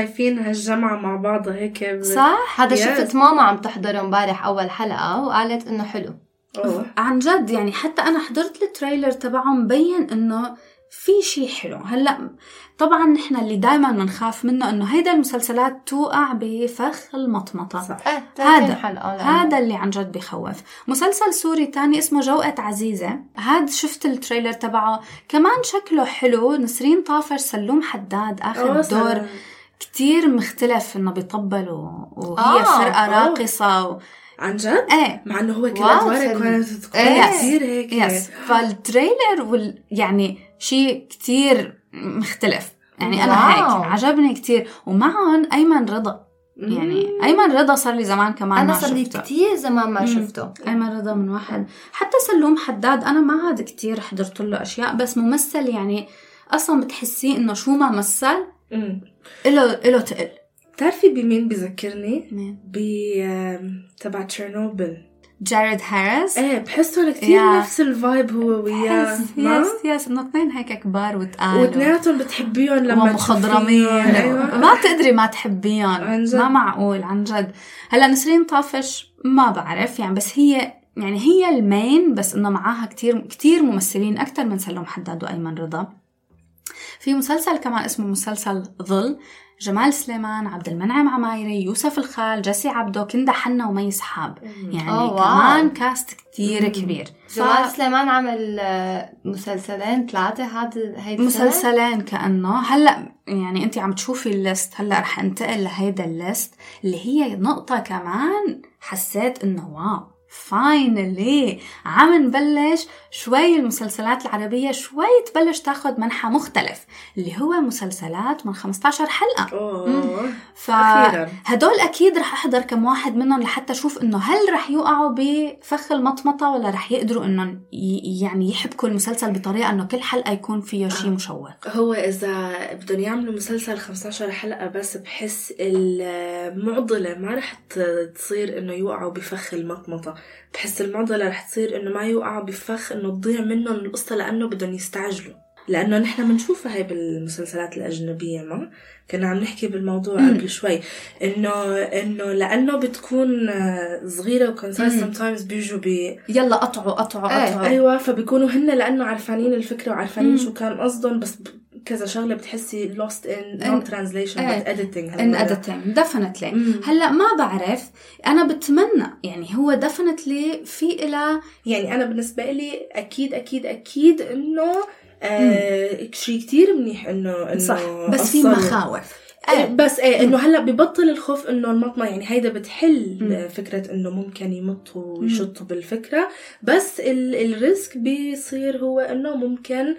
Speaker 3: شايفين هالجمعة مع بعض هيك ب...
Speaker 2: صح. هذا
Speaker 3: Yes.
Speaker 2: شفت ماما عم تحضره امبارح أول حلقة وقالت إنه حلو.
Speaker 3: أوه.
Speaker 1: عن جد يعني حتى أنا حضرت التريلر تبعه مبين إنه في شي حلو. هلأ طبعا نحن اللي دايما منخاف منه إنه هيدا المسلسلات توقع بفخ المطمطة.
Speaker 3: صح.
Speaker 2: إيه
Speaker 1: هذا
Speaker 2: حلقة
Speaker 1: هذا اللي عن جد بخوف. مسلسل سوري تاني اسمه جوقة عزيزة، هاد شفت التريلر تبعه كمان شكله حلو. نسرين طافر، سلوم حداد
Speaker 3: أوه،
Speaker 1: آخر دور
Speaker 3: سلام.
Speaker 1: كتير مختلف، إنه بيطبل وهي
Speaker 2: آه.
Speaker 1: فرقة
Speaker 3: أوه.
Speaker 1: راقصة و...
Speaker 3: عن جد؟
Speaker 1: ايه
Speaker 3: مع انه هو كل
Speaker 2: واو،
Speaker 3: ادواره
Speaker 2: فيلم.
Speaker 3: كانت تكون
Speaker 2: إيه.
Speaker 3: كثير هيك.
Speaker 1: يس. فالتريلر وال... يعني شيء كتير مختلف. يعني أنا
Speaker 2: واو.
Speaker 1: هيك عجبني كتير. ومعهم أيمن رضا، يعني أيمن رضا صار لي زمان كمان
Speaker 2: أنا
Speaker 1: ما
Speaker 2: صار لي
Speaker 1: شفته.
Speaker 2: كتير زمان ما شفته.
Speaker 1: أيمن رضا من واحد. حتى سلوم حداد أنا ما عاد كتير حضرت له أشياء، بس ممثل يعني أصلا بتحسيه إنه شو ما مثل
Speaker 3: مم.
Speaker 1: إله إله تقل.
Speaker 3: بتعرفي بمين بذكرني؟
Speaker 1: مين؟
Speaker 3: ب آم، تبع تشيرنوبل.
Speaker 1: جاريد هاريس.
Speaker 3: ايه بحسه كتير
Speaker 1: يا.
Speaker 3: نفس الفايب هو وياه.
Speaker 1: يس
Speaker 3: ما؟
Speaker 1: يس يس إنه اثنين هيك كبار وتقال
Speaker 3: واثنيناتهم بتحبيهم لما
Speaker 1: ومخضرمين.
Speaker 3: تشوفيهم. أيوة.
Speaker 1: ما تقدري ما تحبيهم.
Speaker 3: عن جد.
Speaker 1: ما معقول عن جد. هلا نسرين طافش ما بعرف يعني، بس هي يعني هي المين، بس إنه معاها كتير كتير ممثلين أكتر من سلوم حداد وأيمن رضا. في مسلسل كمان اسمه مسلسل ظل، جمال سليمان، عبد المنعم عمايري، يوسف الخال، جسي عبدو، كندا حنا ومي صحاب. يعني
Speaker 2: أوه، واو.
Speaker 1: كمان كاست كتير كبير.
Speaker 2: جمال سليمان عمل آه، مسلسلين ثلاثة هذا هيدا
Speaker 1: مسلسلين كأنه. هلأ يعني أنت عم تشوفي الليست، هلأ رح انتقل لهيدا الليست اللي هي نقطة كمان حسيت إنه واو فاينلي عم نبلش شوي المسلسلات العربية شوي تبلش تاخد منحى مختلف، اللي هو مسلسلات من خمسة عشر حلقة.
Speaker 3: أوه.
Speaker 1: فهدول أكيد رح أحضر كم واحد منهم لحتى أشوف إنه هل رح يوقعوا بفخ المطمطة ولا رح يقدروا إنه يعني يحبكوا المسلسل بطريقة إنه كل حلقة يكون فيه شيء مشوق.
Speaker 3: هو إذا بدهم يعملوا مسلسل خمسة عشر حلقة بس بحس المعضلة ما رح تصير إنه يوقعوا بفخ المطمطة. بحس المعضلة رح تصير إنه ما يوقعوا بفخ إنه تضيع منهم القصة، لأنه بدهم يستعجلوا. لأنه نحن منشوفها هاي بالمسلسلات الأجنبية. ما كنا عم نحكي بالموضوع قبل شوي إنه إنه لأنه بتكون صغيرة وكونسايز sometimes بيجوا بي
Speaker 1: يلا قطعوا قطعوا قطعوا.
Speaker 3: أيوة، فبيكونوا هن لأنه عارفانين الفكرة وعارفانين شو كان قصدهم، بس كذا شغلة بتحسي lost in not translation but editing.
Speaker 1: in editing definitely. هلأ ما بعرف، أنا بتمنى يعني هو definitely في إلى
Speaker 3: يعني أنا بالنسبة لي أكيد أكيد أكيد إنه آه شيء كتير منيح إنه إنه
Speaker 1: صح، بس في مخاوف.
Speaker 3: أيه بس ايه انه هلا ببطل الخوف انه المطمع، يعني هيدا بتحل مم. فكره انه ممكن يمطوا ويشطوا بالفكره، بس الريسك بيصير هو انه ممكن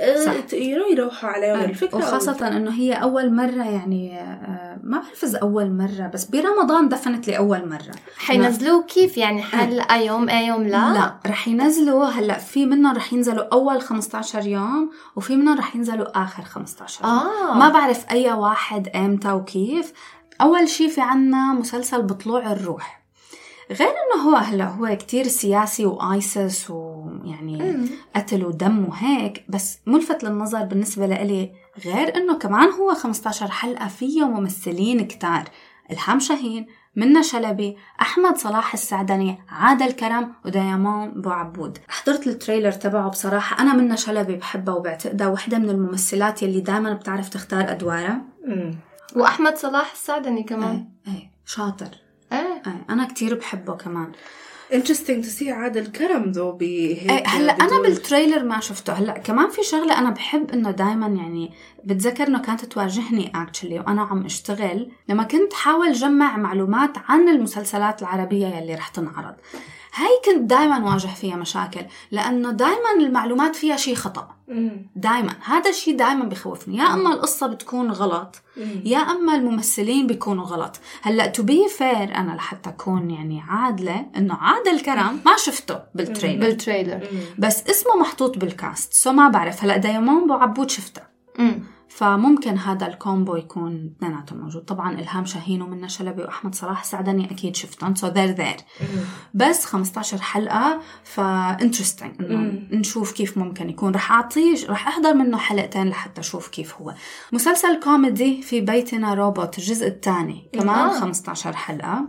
Speaker 3: يروحوا عليهم أه. الفكره،
Speaker 1: وخاصه أو... انه هي اول مره يعني ما بعرف اذا اول مره، بس برمضان دفنت لي اول مره
Speaker 2: حينزلوه كيف يعني حلقه يوم اي يوم لا
Speaker 1: لا رح ينزلوا. هلا في منهم رح ينزلوا اول خمسة عشر يوم، وفي منهم رح ينزلوا اخر خمسة عشر يوم.
Speaker 2: آه.
Speaker 1: ما بعرف اي واحد امتى وكيف. اول شي في عنا مسلسل بطلوع الروح، غير انه هو هلا هو كتير سياسي وايسس ويعني مم. قتل ودم وهيك، بس ملفت للنظر بالنسبه لإلي غير انه كمان هو خمسة عشر حلقه فيه ممثلين كتار: الهام شاهين، منى شلبي، أحمد صلاح السعدني، عادل كرم، وديامون بوعبود. حضرت التريلر تبعه بصراحة. أنا منى شلبي بحبها وبعتقدها واحدة من الممثلات يلي دايما بتعرف تختار أدوارها.
Speaker 2: وأحمد صلاح السعدني كمان
Speaker 1: أي, أي شاطر.
Speaker 2: أي.
Speaker 1: أي أنا كتير بحبه كمان.
Speaker 3: interesting to see عادل كرم ذو بهيك.
Speaker 1: هلا أنا بالتريلر ما شفته. هلا كمان في شغلة أنا بحب إنه دايما يعني بتذكر إنه كانت تواجهني actually وأنا عم أشتغل، لما كنت حاول جمع معلومات عن المسلسلات العربية يلي رح تنعرض. هاي كنت دايما واجه فيها مشاكل، لأنه دايما المعلومات فيها شيء خطأ. دايما هذا الشيء دايما بخوفني، يا أما القصة بتكون غلط يا أما الممثلين بيكونوا غلط. هلأ to be fair أنا لحتى أكون يعني عادلة، إنه عادل كرم ما شفته بالتريلر
Speaker 2: بالتريلر
Speaker 1: بس اسمه محطوط بالكاست، سو ما بعرف. هلأ ديامون بوعبود شفته، فممكن هذا الكومبو يكون اثنيناتهم موجود. طبعا إلهام شاهين ومنى شلبي وأحمد صلاح سعدني أكيد شفتهم so they're there. بس خمستاشر حلقة فانترستينج إنه نشوف كيف ممكن يكون. رح أعطيه رح أحضر منه حلقتين لحتى أشوف كيف هو. مسلسل كوميدي في بيتنا روبوت الجزء الثاني كمان خمستاشر حلقة.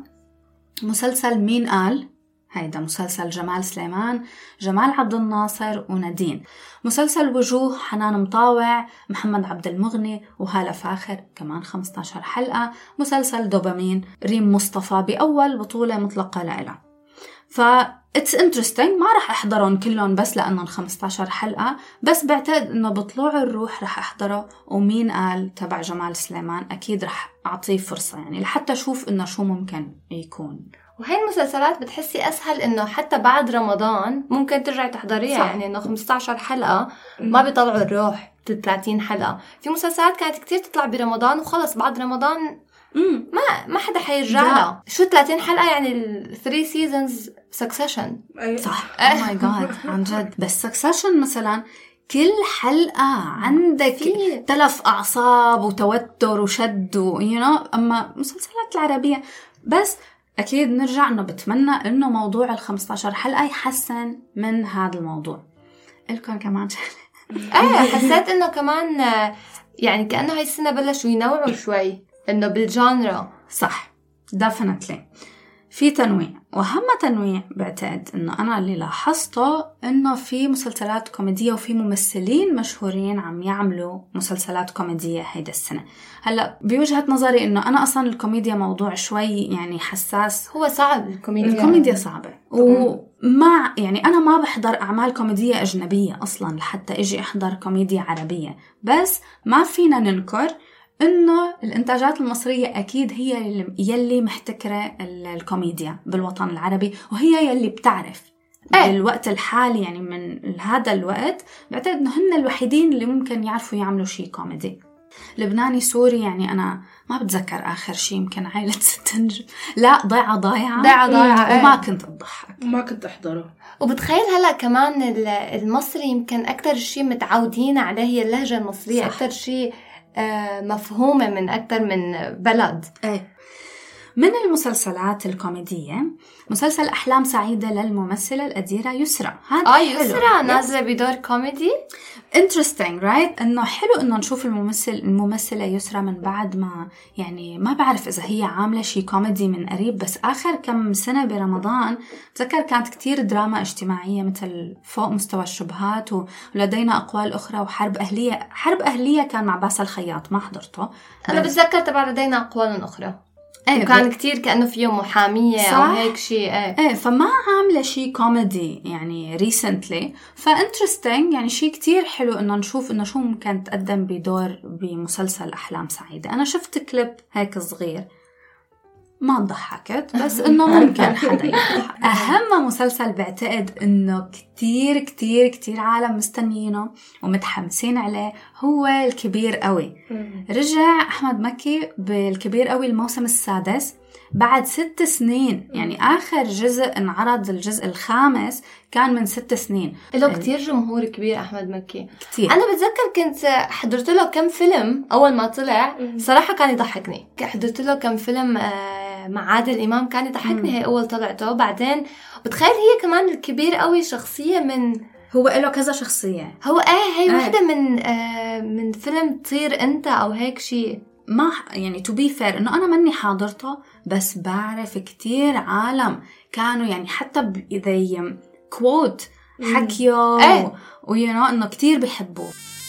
Speaker 1: مسلسل مين قال، هيدا مسلسل جمال سليمان، جمال عبد الناصر ونادين. مسلسل وجوه حنان مطاوع، محمد عبد المغني وهالة فاخر كمان خمستاشر حلقة. مسلسل دوبامين ريم مصطفى بأول بطولة مطلقة لها. فا it's interesting. ما رح أحضرهم كلهم بس لأنهم خمستاشر حلقة، بس بعتقد إنه بطلوع الروح رح أحضره. ومين قال تبع جمال سليمان أكيد رح أعطيه فرصة يعني لحتى أشوف إنه شو ممكن يكون.
Speaker 2: وهي المسلسلات بتحسي أسهل إنه حتى بعد رمضان ممكن ترجعي تحضريها. يعني إنه خمستاشر حلقة ما بيطلعوا الروح ثلاثين حلقة. في مسلسلات كانت كتير تطلع برمضان وخلص بعد رمضان مم. ما ما حدا حيرجع لها. شو ثلاثين حلقة يعني الثري سيزونز سكسيشن.
Speaker 1: صح. oh my god عن جد. بس سكسيشن مثلا كل حلقة عندك تلف أعصاب وتوتر وشد و you know. أما مسلسلات العربية بس أكيد نرجع إنه بتمنى إنه موضوع الخمستاشر حلقة يحسن من هذا الموضوع. إلكم كمان شغلة
Speaker 2: إيه حسيت إنه كمان يعني كأنه هاي السنة بلشوا ينوعوا شوي إنه بالجانرا.
Speaker 1: صح definitely في تنويع. وهم تنويع بعتقد إنه أنا اللي لاحظته إنه في مسلسلات كوميدية وفي ممثلين مشهورين عم يعملوا مسلسلات كوميدية هيدا السنة. هلأ بوجهة نظري إنه أنا أصلا الكوميديا موضوع شوي يعني حساس.
Speaker 2: هو صعب الكوميديا.
Speaker 1: الكوميديا صعبة وما يعني أنا ما بحضر أعمال كوميدية أجنبية أصلا لحتى إجي أحضر كوميديا عربية. بس ما فينا ننكر إنه الإنتاجات المصرية أكيد هي يلي محتكرة الكوميديا بالوطن العربي، وهي يلي بتعرف بالوقت الحالي يعني من هذا الوقت. بعتقد إنه هن الوحيدين اللي ممكن يعرفوا يعملوا شيء كوميدي. لبناني سوري يعني أنا ما بتذكر آخر شيء. يمكن عائلة ست نجم. لا ضيعة ضايعة
Speaker 2: ضيعة ضايعة
Speaker 1: وما كنت أضحك
Speaker 3: وما كنت أحضره.
Speaker 2: وبتخيل هلأ كمان المصري يمكن أكتر شيء متعودين عليه هي اللهجة المصرية. صح. أكتر شيء مفهومة من أكتر من بلد.
Speaker 1: ايه. من المسلسلات الكوميدية مسلسل أحلام سعيدة للممثلة الأديرة يسرى.
Speaker 2: آه يسرى نازلة بدور كوميدي.
Speaker 1: interesting right. إنه حلو إنه نشوف الممثل الممثلة يسرى من بعد ما يعني ما بعرف إذا هي عاملة شيء كوميدي من قريب، بس آخر كم سنة برمضان تذكر كانت كتير دراما اجتماعية مثل فوق مستوى الشبهات ولدينا أقوال أخرى وحرب أهلية. حرب أهلية كان مع باسل الخياط ما حضرته.
Speaker 2: أنا بتذكر تبع لدينا أقوال أخرى. ايه وكان كتير كأنه فيه محامية صح؟ أو هيك شيء. ايه
Speaker 1: ايه فما عاملة شيء كوميدي يعني recently. فانترستينج يعني شيء كتير حلو إنه نشوف إنه شو ممكن تقدم بدور بمسلسل أحلام سعيدة. أنا شفت كليب هيك صغير ما ضحكت بس إنه ممكن حدا يضحك. أهم مسلسل بعتقد إنه كتير كتير كتير عالم مستنيينه ومتحمسين عليه هو الكبير قوي. رجع أحمد مكي بالكبير قوي الموسم السادس بعد ست سنين. يعني آخر جزء انعرض الجزء الخامس كان من ست سنين.
Speaker 2: له كتير جمهور كبير أحمد مكي
Speaker 1: كتير.
Speaker 2: أنا بتذكر كنت حضرت له كم فيلم أول ما طلع صراحة كان يضحكني. حضرت له كم فيلم مع عادل إمام كان يضحكني. هي أول طلعته. بعدين بتخيل هي كمان الكبير قوي شخصية من
Speaker 1: هو له كذا شخصية.
Speaker 2: هو ايه هي آه. واحدة من آه من فيلم طير انت او هيك شيء.
Speaker 1: ما يعني to be fair انه انا مني حاضرته بس بعرف كتير عالم كانوا يعني حتى اذا كوت حكيوا
Speaker 2: ايه.
Speaker 1: وينو انه كتير بيحبوه.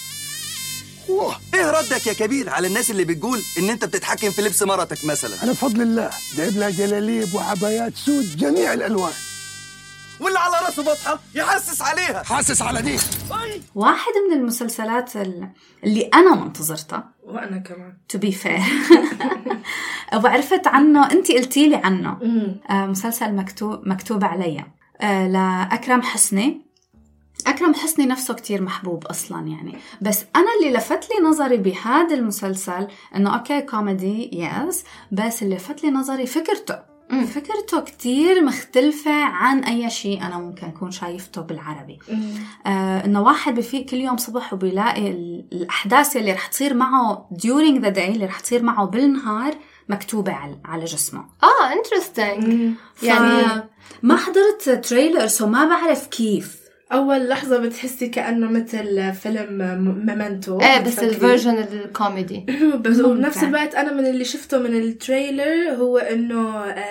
Speaker 8: ايه ردك يا كبير على الناس اللي بتقول ان انت بتتحكم في لبس مرتك مثلا؟
Speaker 9: انا بفضل الله جايب لها جلاليب وعبايات سود جميع الالوان،
Speaker 8: واللي على راسه بطحه يحسس عليها.
Speaker 9: حاسس على دي.
Speaker 1: واحد من المسلسلات اللي انا منتظرتها
Speaker 3: وانا كمان
Speaker 1: to be fair وعرفت عنه انت قلتي لي عنه. آه مسلسل مكتوب مكتوب عليا آه لأكرم حسني. أكرم حسني نفسه كتير محبوب أصلاً يعني. بس أنا اللي لفت لي نظري بهذا المسلسل إنه أوكي كوميدي يس، بس اللي لفت لي نظري فكرته فكرته كتير مختلفة عن أي شيء أنا ممكن أكون شايفته بالعربي. آه إنه واحد بفيق كل يوم صبح وبيلاقي الأحداث اللي رح تصير معه during the day اللي رح تصير معه بالنهار مكتوبة على على جسمه.
Speaker 2: آه interesting.
Speaker 1: يعني ما حضرت تريلر سو ما بعرف كيف.
Speaker 3: أول لحظة بتحسي كأنه مثل فيلم ميمنتو.
Speaker 2: إيه بس الفيرجن الكوميدي.
Speaker 3: بس بنفس الوقت أنا من اللي شفته من التريلر هو إنه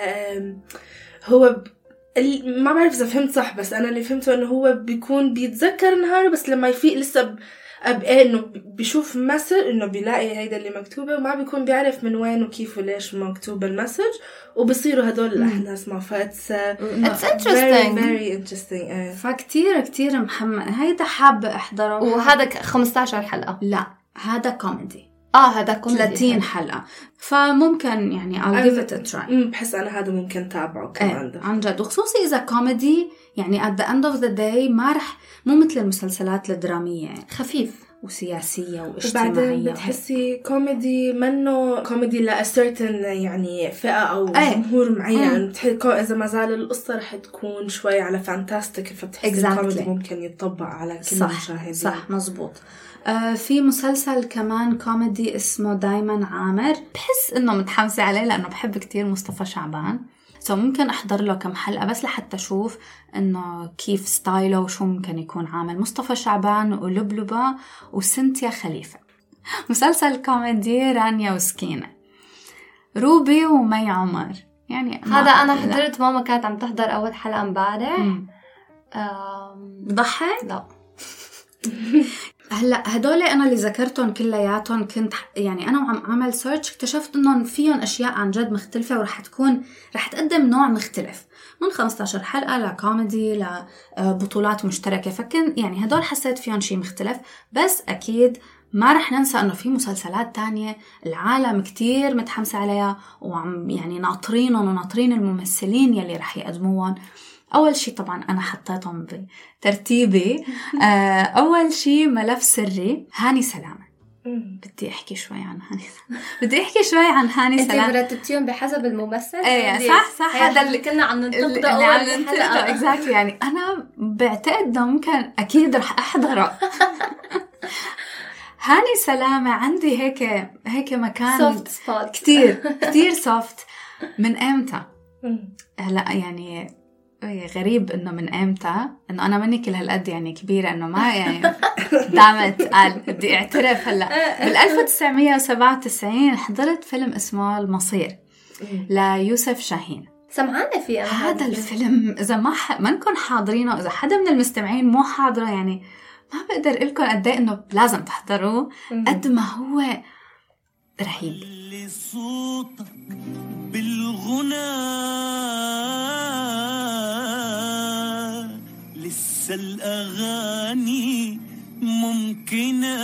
Speaker 3: هو ما بعرف إذا فهمت صح، بس أنا اللي فهمته إنه هو بيكون بيتذكر نهاره، بس لما يفيق لسه أبقى إنه بيشوف مسج إنه بيلاقي هيدا اللي مكتوبة، وما بيكون بيعرف من وين وكيف وليش مكتوب المسج، وبصيروا هدول الأحداث مع فاتس.
Speaker 2: It's interesting.
Speaker 3: very very interesting. uh.
Speaker 1: فكتير كتير محمد هيدا حابة أحضره.
Speaker 2: وهذا خمستاشر حلقة.
Speaker 1: لا هذا كوميدي.
Speaker 2: آه هذا كوميدي
Speaker 1: ثلاثين حلقة، فممكن يعني I'll give it a try.
Speaker 3: بحس أنا هذا ممكن تابعه كمان.
Speaker 1: ايه عن جد، وخصوصي إذا كوميدي يعني at the end of the day ما رح مو مثل المسلسلات الدرامية
Speaker 2: خفيف
Speaker 1: وسياسية واجتماعية.
Speaker 3: وبعدين بتحسي كوميدي منه كوميدي لا certain يعني فئة أو جمهور معين. بتحسي إذا ما زال القصة رح تكون شوي على فانتاستيك، فبتحسي exactly. الكوميدي ممكن يتطبق على كل المشاهدين.
Speaker 1: صح مزبوط. آه في مسلسل كمان كوميدي اسمه دايما عامر، بحس إنه متحمسة عليه لأنه بحب كتير مصطفى شعبان، سو ممكن أحضر له كم حلقة بس لحتى أشوف إنه كيف ستايله وشو ممكن يكون عامل. مصطفى شعبان ولبلبة وسنتيا خليفة. مسلسل كوميدي رانيا وسكينة، روبي ومي عمر. يعني
Speaker 2: هذا أنا حضرت، ماما كانت عم تحضر أول حلقة امبارح.
Speaker 1: ضحك؟
Speaker 2: لا
Speaker 1: هلا هدول انا اللي ذكرتهم كلياتهم كنت يعني انا وعم اعمل سيرش اكتشفت انهم فيهم اشياء عن جد مختلفه، ورح تكون رح تقدم نوع مختلف من خمستاشر حلقه لكوميدي لبطولات مشتركه، فكن يعني هدول حسيت فيهم شيء مختلف. بس اكيد ما رح ننسى انه في مسلسلات تانية العالم كتير متحمسه عليها وعم يعني ناطرينهم وناطرين الممثلين يلي رح يقدموهم. أول شي طبعاً أنا حطيتهم بترتيبي. أول شي ملف سري هاني سلامة. بدي أحكي شوي عن هاني سلامة. بدي أحكي شوي عن هاني سلامة.
Speaker 2: أنت مرتبتيهم بحسب الممثل؟
Speaker 1: إيه صح صح،
Speaker 2: هذا اللي كنا عم ننتقده أول حلقة.
Speaker 1: exactly. يعني أنا بعتقد إنه ممكن أكيد رح أحضره. هاني سلامة عندي هيك هيك مكان
Speaker 2: soft spot.
Speaker 1: كتير كتير soft. من إمتى؟ هلا يعني غريب إنه من إمتى إنه أنا مني كل هالقد يعني كبيرة إنه ما يعني دامت قال بدي أعترف. هلا بالألف وتسعمية وسبعة وتسعين حضرت فيلم اسمه المصير ليوسف شاهين.
Speaker 2: سمعانة فيه
Speaker 1: هذا الفيلم إذا ما ح... ما نكون حاضرينه، إذا حدا من المستمعين مو حاضره يعني ما بقدر لكم قد ايه إنه لازم تحضروه قد ما هو رهيب.
Speaker 10: صوتك بالغنى لسه الأغاني ممكنة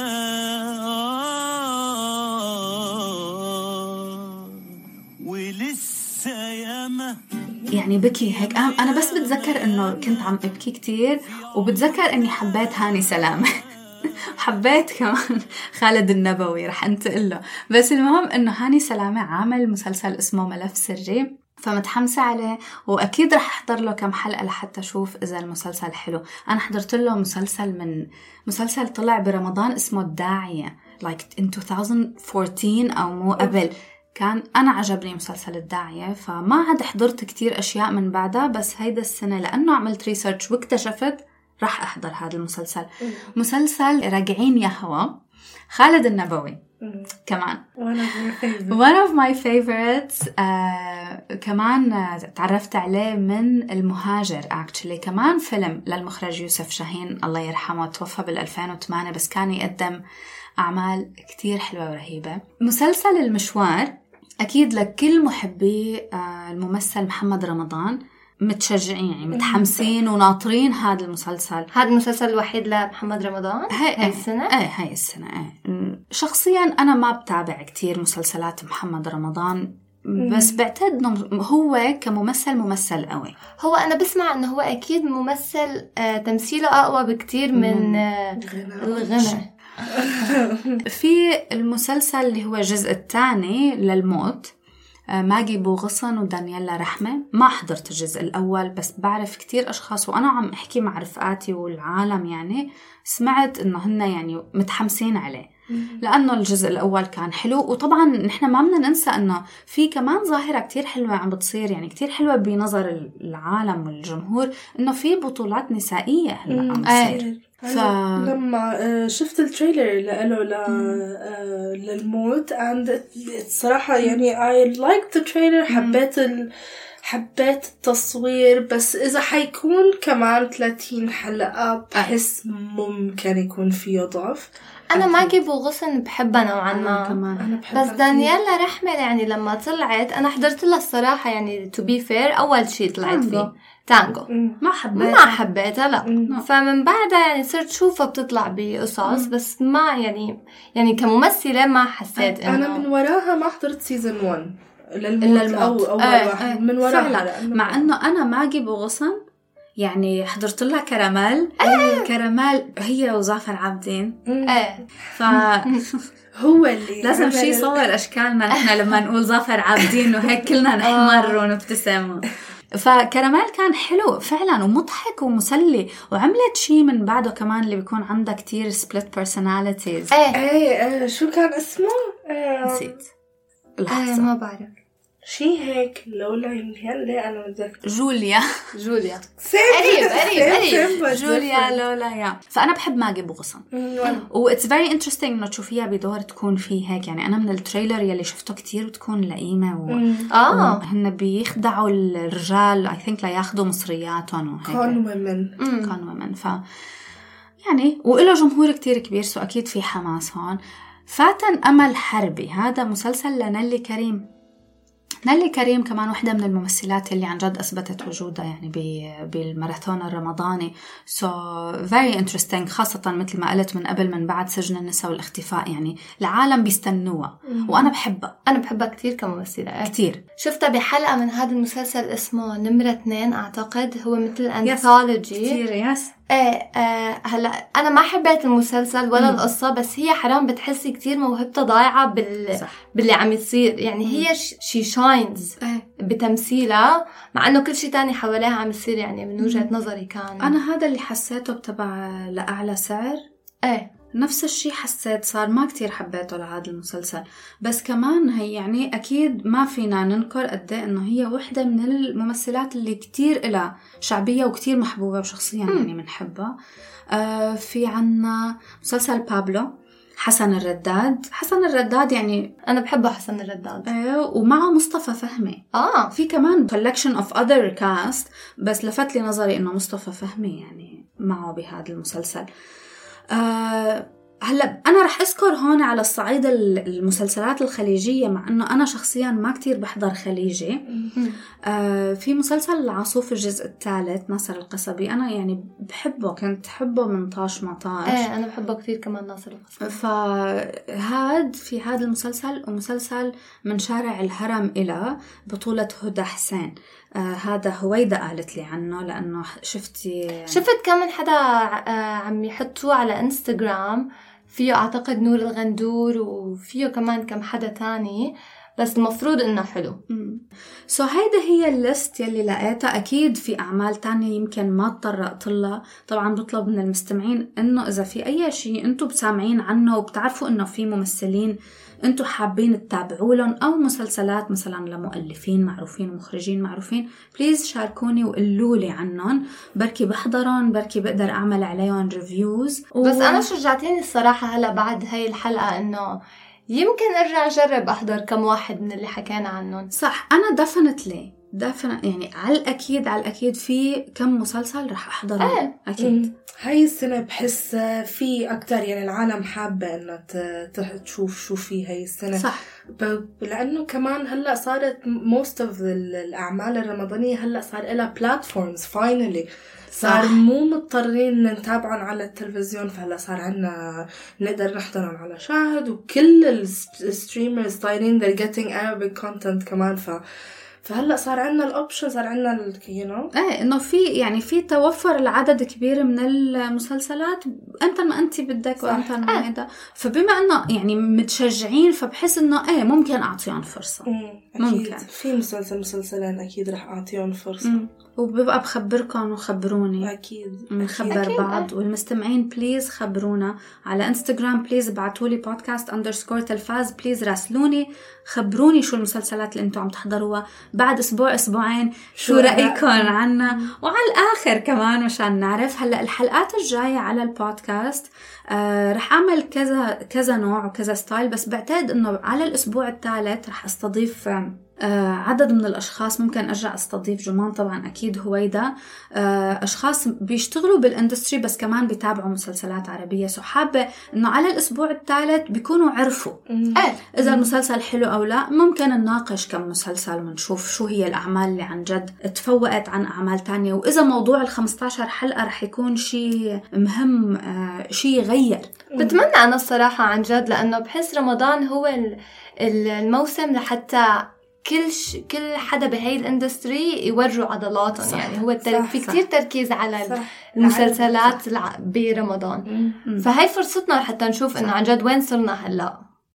Speaker 10: ولسه ياما
Speaker 1: يعني بكي هيك. أنا بس بتذكر إنه كنت عم أبكي كتير، وبتذكر إني حبيت هاني سلامة حبيت كمان خالد النبوي رح انتقل له. بس المهم إنه هاني سلامة عامل مسلسل اسمه ملف سري، فمتحمسة عليه وأكيد رح أحضر له كم حلقة لحتى أشوف إذا المسلسل حلو. أنا حضرت له مسلسل من مسلسل طلع برمضان اسمه الداعية like in twenty fourteen أو مو قبل، كان أنا عجبني مسلسل الداعية، فما عاد حضرت كتير أشياء من بعدها. بس هيدا السنة لأنه عملت ريسيرش واكتشفت راح أحضر هذا المسلسل. مسلسل راجعين يا هوا، خالد النبوي كمان one of my favorites. آه كمان تعرفت عليه من المهاجر actually، كمان فيلم للمخرج يوسف شاهين الله يرحمه، توفى بالألفين وثمانية بس كان يقدم أعمال كتير حلوة ورهيبة. مسلسل المشوار أكيد لكل محبي آه الممثل محمد رمضان متشجعين يعني متحمسين وناطرين هذا المسلسل.
Speaker 2: هذا المسلسل الوحيد لمحمد رمضان
Speaker 1: هاي,
Speaker 2: هاي السنة؟
Speaker 1: ايه هاي السنة. ايه شخصيا أنا ما بتابع كتير مسلسلات محمد رمضان، بس بعتقد إنه هو كممثل ممثل قوي.
Speaker 2: هو أنا بسمع إنه هو أكيد ممثل آه تمثيله أقوى بكتير من آه الغنى.
Speaker 1: في المسلسل اللي هو الجزء الثاني للموت ماجي بوغصن ودانييلا رحمة. ما حضرت الجزء الأول بس بعرف كتير أشخاص وأنا عم أحكي مع رفقاتي والعالم يعني سمعت إنه هن يعني متحمسين عليه لأنه الجزء الأول كان حلو. وطبعا نحن ما بدنا ننسى أنه في كمان ظاهرة كتير حلوة عم بتصير يعني كتير حلوة بنظر العالم والجمهور إنه في بطولات نسائية هلأ عم تصير.
Speaker 3: ف... لما شفت التريلر لقاله ل... للموت and الصراحة يعني I liked the trailer. حبيت ال... حبيت التصوير بس إذا حيكون كمان ثلاثين حلقة بحس ممكن يكون فيه ضعف.
Speaker 2: أنا ماجي بوغصن بحبها نوعا ما
Speaker 3: كمان.
Speaker 2: بس دانييلا رحمة يعني لما طلعت أنا حضرت لها الصراحة يعني to be fair أول شيء طلعت فيه تانجو
Speaker 1: ما حبيتها
Speaker 2: ما حبيتها لا مم. فمن بعدها يعني صرت شوفها بتطلع بقصص بس ما يعني يعني كممثلة ما حسيت
Speaker 3: أنا
Speaker 2: إنه
Speaker 3: من وراها ما حضرت سيزن واحد للموت أو أول
Speaker 1: آه
Speaker 3: واحد
Speaker 1: آه
Speaker 3: من وراها
Speaker 1: مع إنه أنا ماجي بوغصن يعني حضرت لها كراميل آه. كراميل هي وزعفر عابدين
Speaker 2: آه.
Speaker 1: ف
Speaker 3: هو اللي
Speaker 1: لازم شي يصور أشكالنا نحن لما نقول زعفر عابدين وهيك كلنا نحمر ونبتسم. فكراميل كان حلو فعلا ومضحك ومسلي وعملت شي من بعده كمان اللي بيكون عندها كتير split personalities.
Speaker 3: ايه ايه شو كان اسمه؟
Speaker 1: نسيت
Speaker 2: ايه ما بعرف
Speaker 3: شي هيك لولا يمكن ليه أنا متذكر
Speaker 1: جوليا
Speaker 2: جوليا
Speaker 1: قريب قريب قريب جوليا لولا يا. فأنا بحب ماجي بوغصن و it's very interesting إنه تشوفيها بدور تكون فيه هيك يعني. أنا من التريلر يلي شفته كتير وتكون لئيمة و...
Speaker 2: آه
Speaker 1: وهن بيخدعوا الرجال I think لا ياخدوا مصرياتهم وهيك
Speaker 3: كون women
Speaker 1: كون women ف يعني وإله جمهور كتير كبير سو أكيد في حماس هون. فاتن أمل حربي هذا مسلسل لنيلي كريم. نيلي كريم كمان واحدة من الممثلات اللي عن جد أثبتت وجودها يعني بالماراثون الرمضاني so very interesting خاصة مثل ما قلت من قبل من بعد سجن النساء والاختفاء يعني العالم بيستنوها وأنا بحبها.
Speaker 2: أنا بحبها كتير كممثلة
Speaker 1: كتير.
Speaker 2: شفتها بحلقة من هذا المسلسل اسمه نمرة اثنين أعتقد هو مثل أنثولوجي
Speaker 1: كتير يس
Speaker 2: ايه آه هلا انا ما حبيت المسلسل ولا مم. القصه بس هي حرام بتحسي كتير موهبتها ضايعه بال صح. باللي عم يصير يعني مم. هي شي شاينز ايه. بتمثيلها مع انه كل شيء تاني حواليها عم يصير يعني من وجهه مم. نظري كان
Speaker 1: انا هذا اللي حسيته بتبع لأعلى سعر
Speaker 2: ايه
Speaker 1: نفس الشيء حسيت صار ما كتير حبيته لهذا المسلسل. بس كمان هي يعني أكيد ما فينا ننكر قد ايه إنه هي وحدة من الممثلات اللي كتير إلها شعبية وكتير محبوبة وشخصيا يعني منحبها. آه في عنا مسلسل بابلو حسن الرداد. حسن الرداد يعني
Speaker 2: أنا بحبه حسن الرداد
Speaker 1: آه ومعه مصطفى فهمي.
Speaker 2: آه
Speaker 1: في كمان collection of other cast بس لفت لي نظري إنه مصطفى فهمي يعني معه بهذا المسلسل. أه هلا أنا رح أذكر هون على الصعيد المسلسلات الخليجية مع أنه أنا شخصيا ما كتير بحضر خليجي. أه في مسلسل العاصوف الجزء الثالث ناصر القصبي أنا يعني بحبه كنت حبه من طاش ما طاش.
Speaker 2: ايه أنا بحبه كتير كمان ناصر القصبي.
Speaker 1: فهاد في هذا المسلسل ومسلسل من شارع الهرم إلى بطولة هدى حسين. آه هذا هويدا قالت لي عنه لأنه شفتي
Speaker 2: شفت كمان حدا آه عم يحطوه على إنستغرام فيه أعتقد نور الغندور وفيه كمان كم حدا تاني بس المفروض إنه حلو.
Speaker 1: سو so هيدا هي الليست يلي لقيتها. أكيد في أعمال تانية يمكن ما تطرقت لها. طبعا بطلب من المستمعين إنه إذا في أي شيء أنتوا بسامعين عنه وبتعرفوا إنه في ممثلين أنتوا حابين تتابعوا لهم أو مسلسلات مثلا لمؤلفين معروفين ومخرجين معروفين بليز شاركوني وقولوا لي عنهم بركي بحضرهم بركي بقدر أعمل عليهم ريفيوز
Speaker 2: و... بس أنا شجعتيني الصراحة هلأ بعد هاي الحلقة إنه يمكن أرجع أجرب أحضر كم واحد من اللي حكينا عنهم.
Speaker 1: صح أنا دفنتلي دفن يعني على الأكيد على الأكيد في كم مسلسل رح أحضره.
Speaker 2: ايه.
Speaker 1: أكيد
Speaker 3: هاي السنة بحس في أكتر يعني العالم حابة إنه تشوف شو في هاي السنة.
Speaker 1: صح.
Speaker 3: لأنه كمان هلأ صارت most of الأعمال الرمضانية هلأ صار إلها platforms finally. صار مو مضطرين نتابعهم على التلفزيون فهلا صار عنا نقدر نحضرهم على شاهد وكل الستريمرز طايرين they're getting Arabic content كمان ف فهلا صار عندنا الاوبشن، صار عندنا you know
Speaker 1: ايه انه في يعني في توفر العدد كبير من المسلسلات امتى ما انت بدك وامتى ما هذا. فبما انه يعني متشجعين فبحس انه ايه ممكن اعطيهم فرصه.
Speaker 3: ممكن في مسلسل مسلسلين اكيد رح اعطيهم فرصه. مم.
Speaker 1: وببقى بخبركم وخبروني
Speaker 3: اكيد
Speaker 1: بنخبر أكيد. بعض أكيد. والمستمعين بليز خبرونا على انستغرام، بليز ابعتولي بودكاست اندرسكور تلفاز، بليز راسلوني خبروني شو المسلسلات اللي انتم عم تحضروها بعد اسبوع اسبوعين، شو رايكم عنا. وعلى الاخر كمان مشان نعرف هلا الحلقات الجايه على البودكاست آه رح اعمل كذا كذا نوع وكذا ستايل، بس بعتقد انه على الاسبوع الثالث رح استضيف آه عدد من الأشخاص. ممكن أرجع أستضيف جمان طبعا أكيد، هويدا، آه أشخاص بيشتغلوا بالاندستري بس كمان بيتابعوا مسلسلات عربية. سو حابة إنه على الأسبوع الثالث بيكونوا عرفوا آه إذا المسلسل حلو أو لا. ممكن نناقش كم مسلسل ونشوف شو هي الأعمال اللي عن جد تفوقت عن أعمال تانية، وإذا موضوع الخمستاشر حلقة رح يكون شيء مهم، آه شيء يغير.
Speaker 2: بتمنى أنا الصراحة عن جد، لأنه بحس رمضان هو الموسم لحتى كل ش... كل حدا بهاي الاندستري يورجوا عضلاتهم. يعني هو التر... في كتير تركيز على صح. المسلسلات الع... برمضان. مم. فهاي فرصتنا حتى نشوف انه عن جد وين صرنا هلا.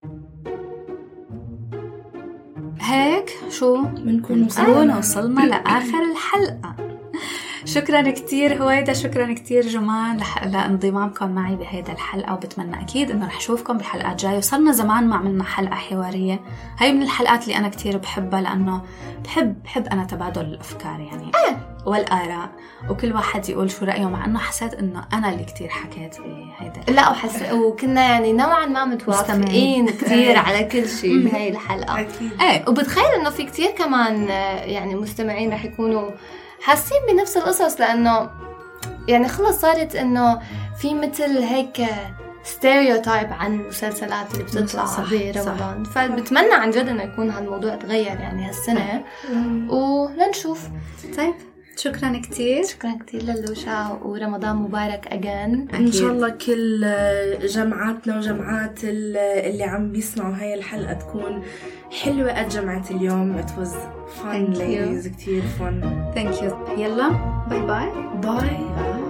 Speaker 1: هيك شو بنكون وصلنا وصلنا لآخر الحلقة. شكرا كتير هويدا، شكرا كتير جمان لانضمامكم معي بهيدا الحلقة، وبتمنى أكيد إنه رح شوفكم بحلقات جاية. وصلنا زمان ما عملنا حلقة حوارية، هاي من الحلقات اللي أنا كتير بحبها، لأنه بحب بحب أنا تبادل الأفكار يعني والآراء، وكل واحد يقول شو رأيه، مع أنه حسيت إنه أنا اللي كتير حكيت بهيدا.
Speaker 2: لا وحس وكنا يعني نوعا ما متوافقين كتير على كل شيء بهاي الحلقة.
Speaker 3: أكيد.
Speaker 2: ايه وبتخيل إنه في كتير كمان يعني مستمعين رح يكونوا حاسين بنفس القصص، لأنه يعني خلص صارت إنه في مثل هيك ستيريوتايب عن المسلسلات اللي بتطلع برمضان. فبتمنى عن جد إنه يكون هالموضوع تغير يعني هالسنة، ولنشوف.
Speaker 1: طيب شكرا كتير
Speaker 2: شكرا كتير للوشا، ورمضان مبارك أجان.
Speaker 3: إن شاء الله كل جمعاتنا وجمعات اللي عم بيسمعوا هاي الحلقة تكون حلوة قد جمعة اليوم. It was fun ladies، كتير fun.
Speaker 1: Thank you. يلا باي باي
Speaker 3: باي.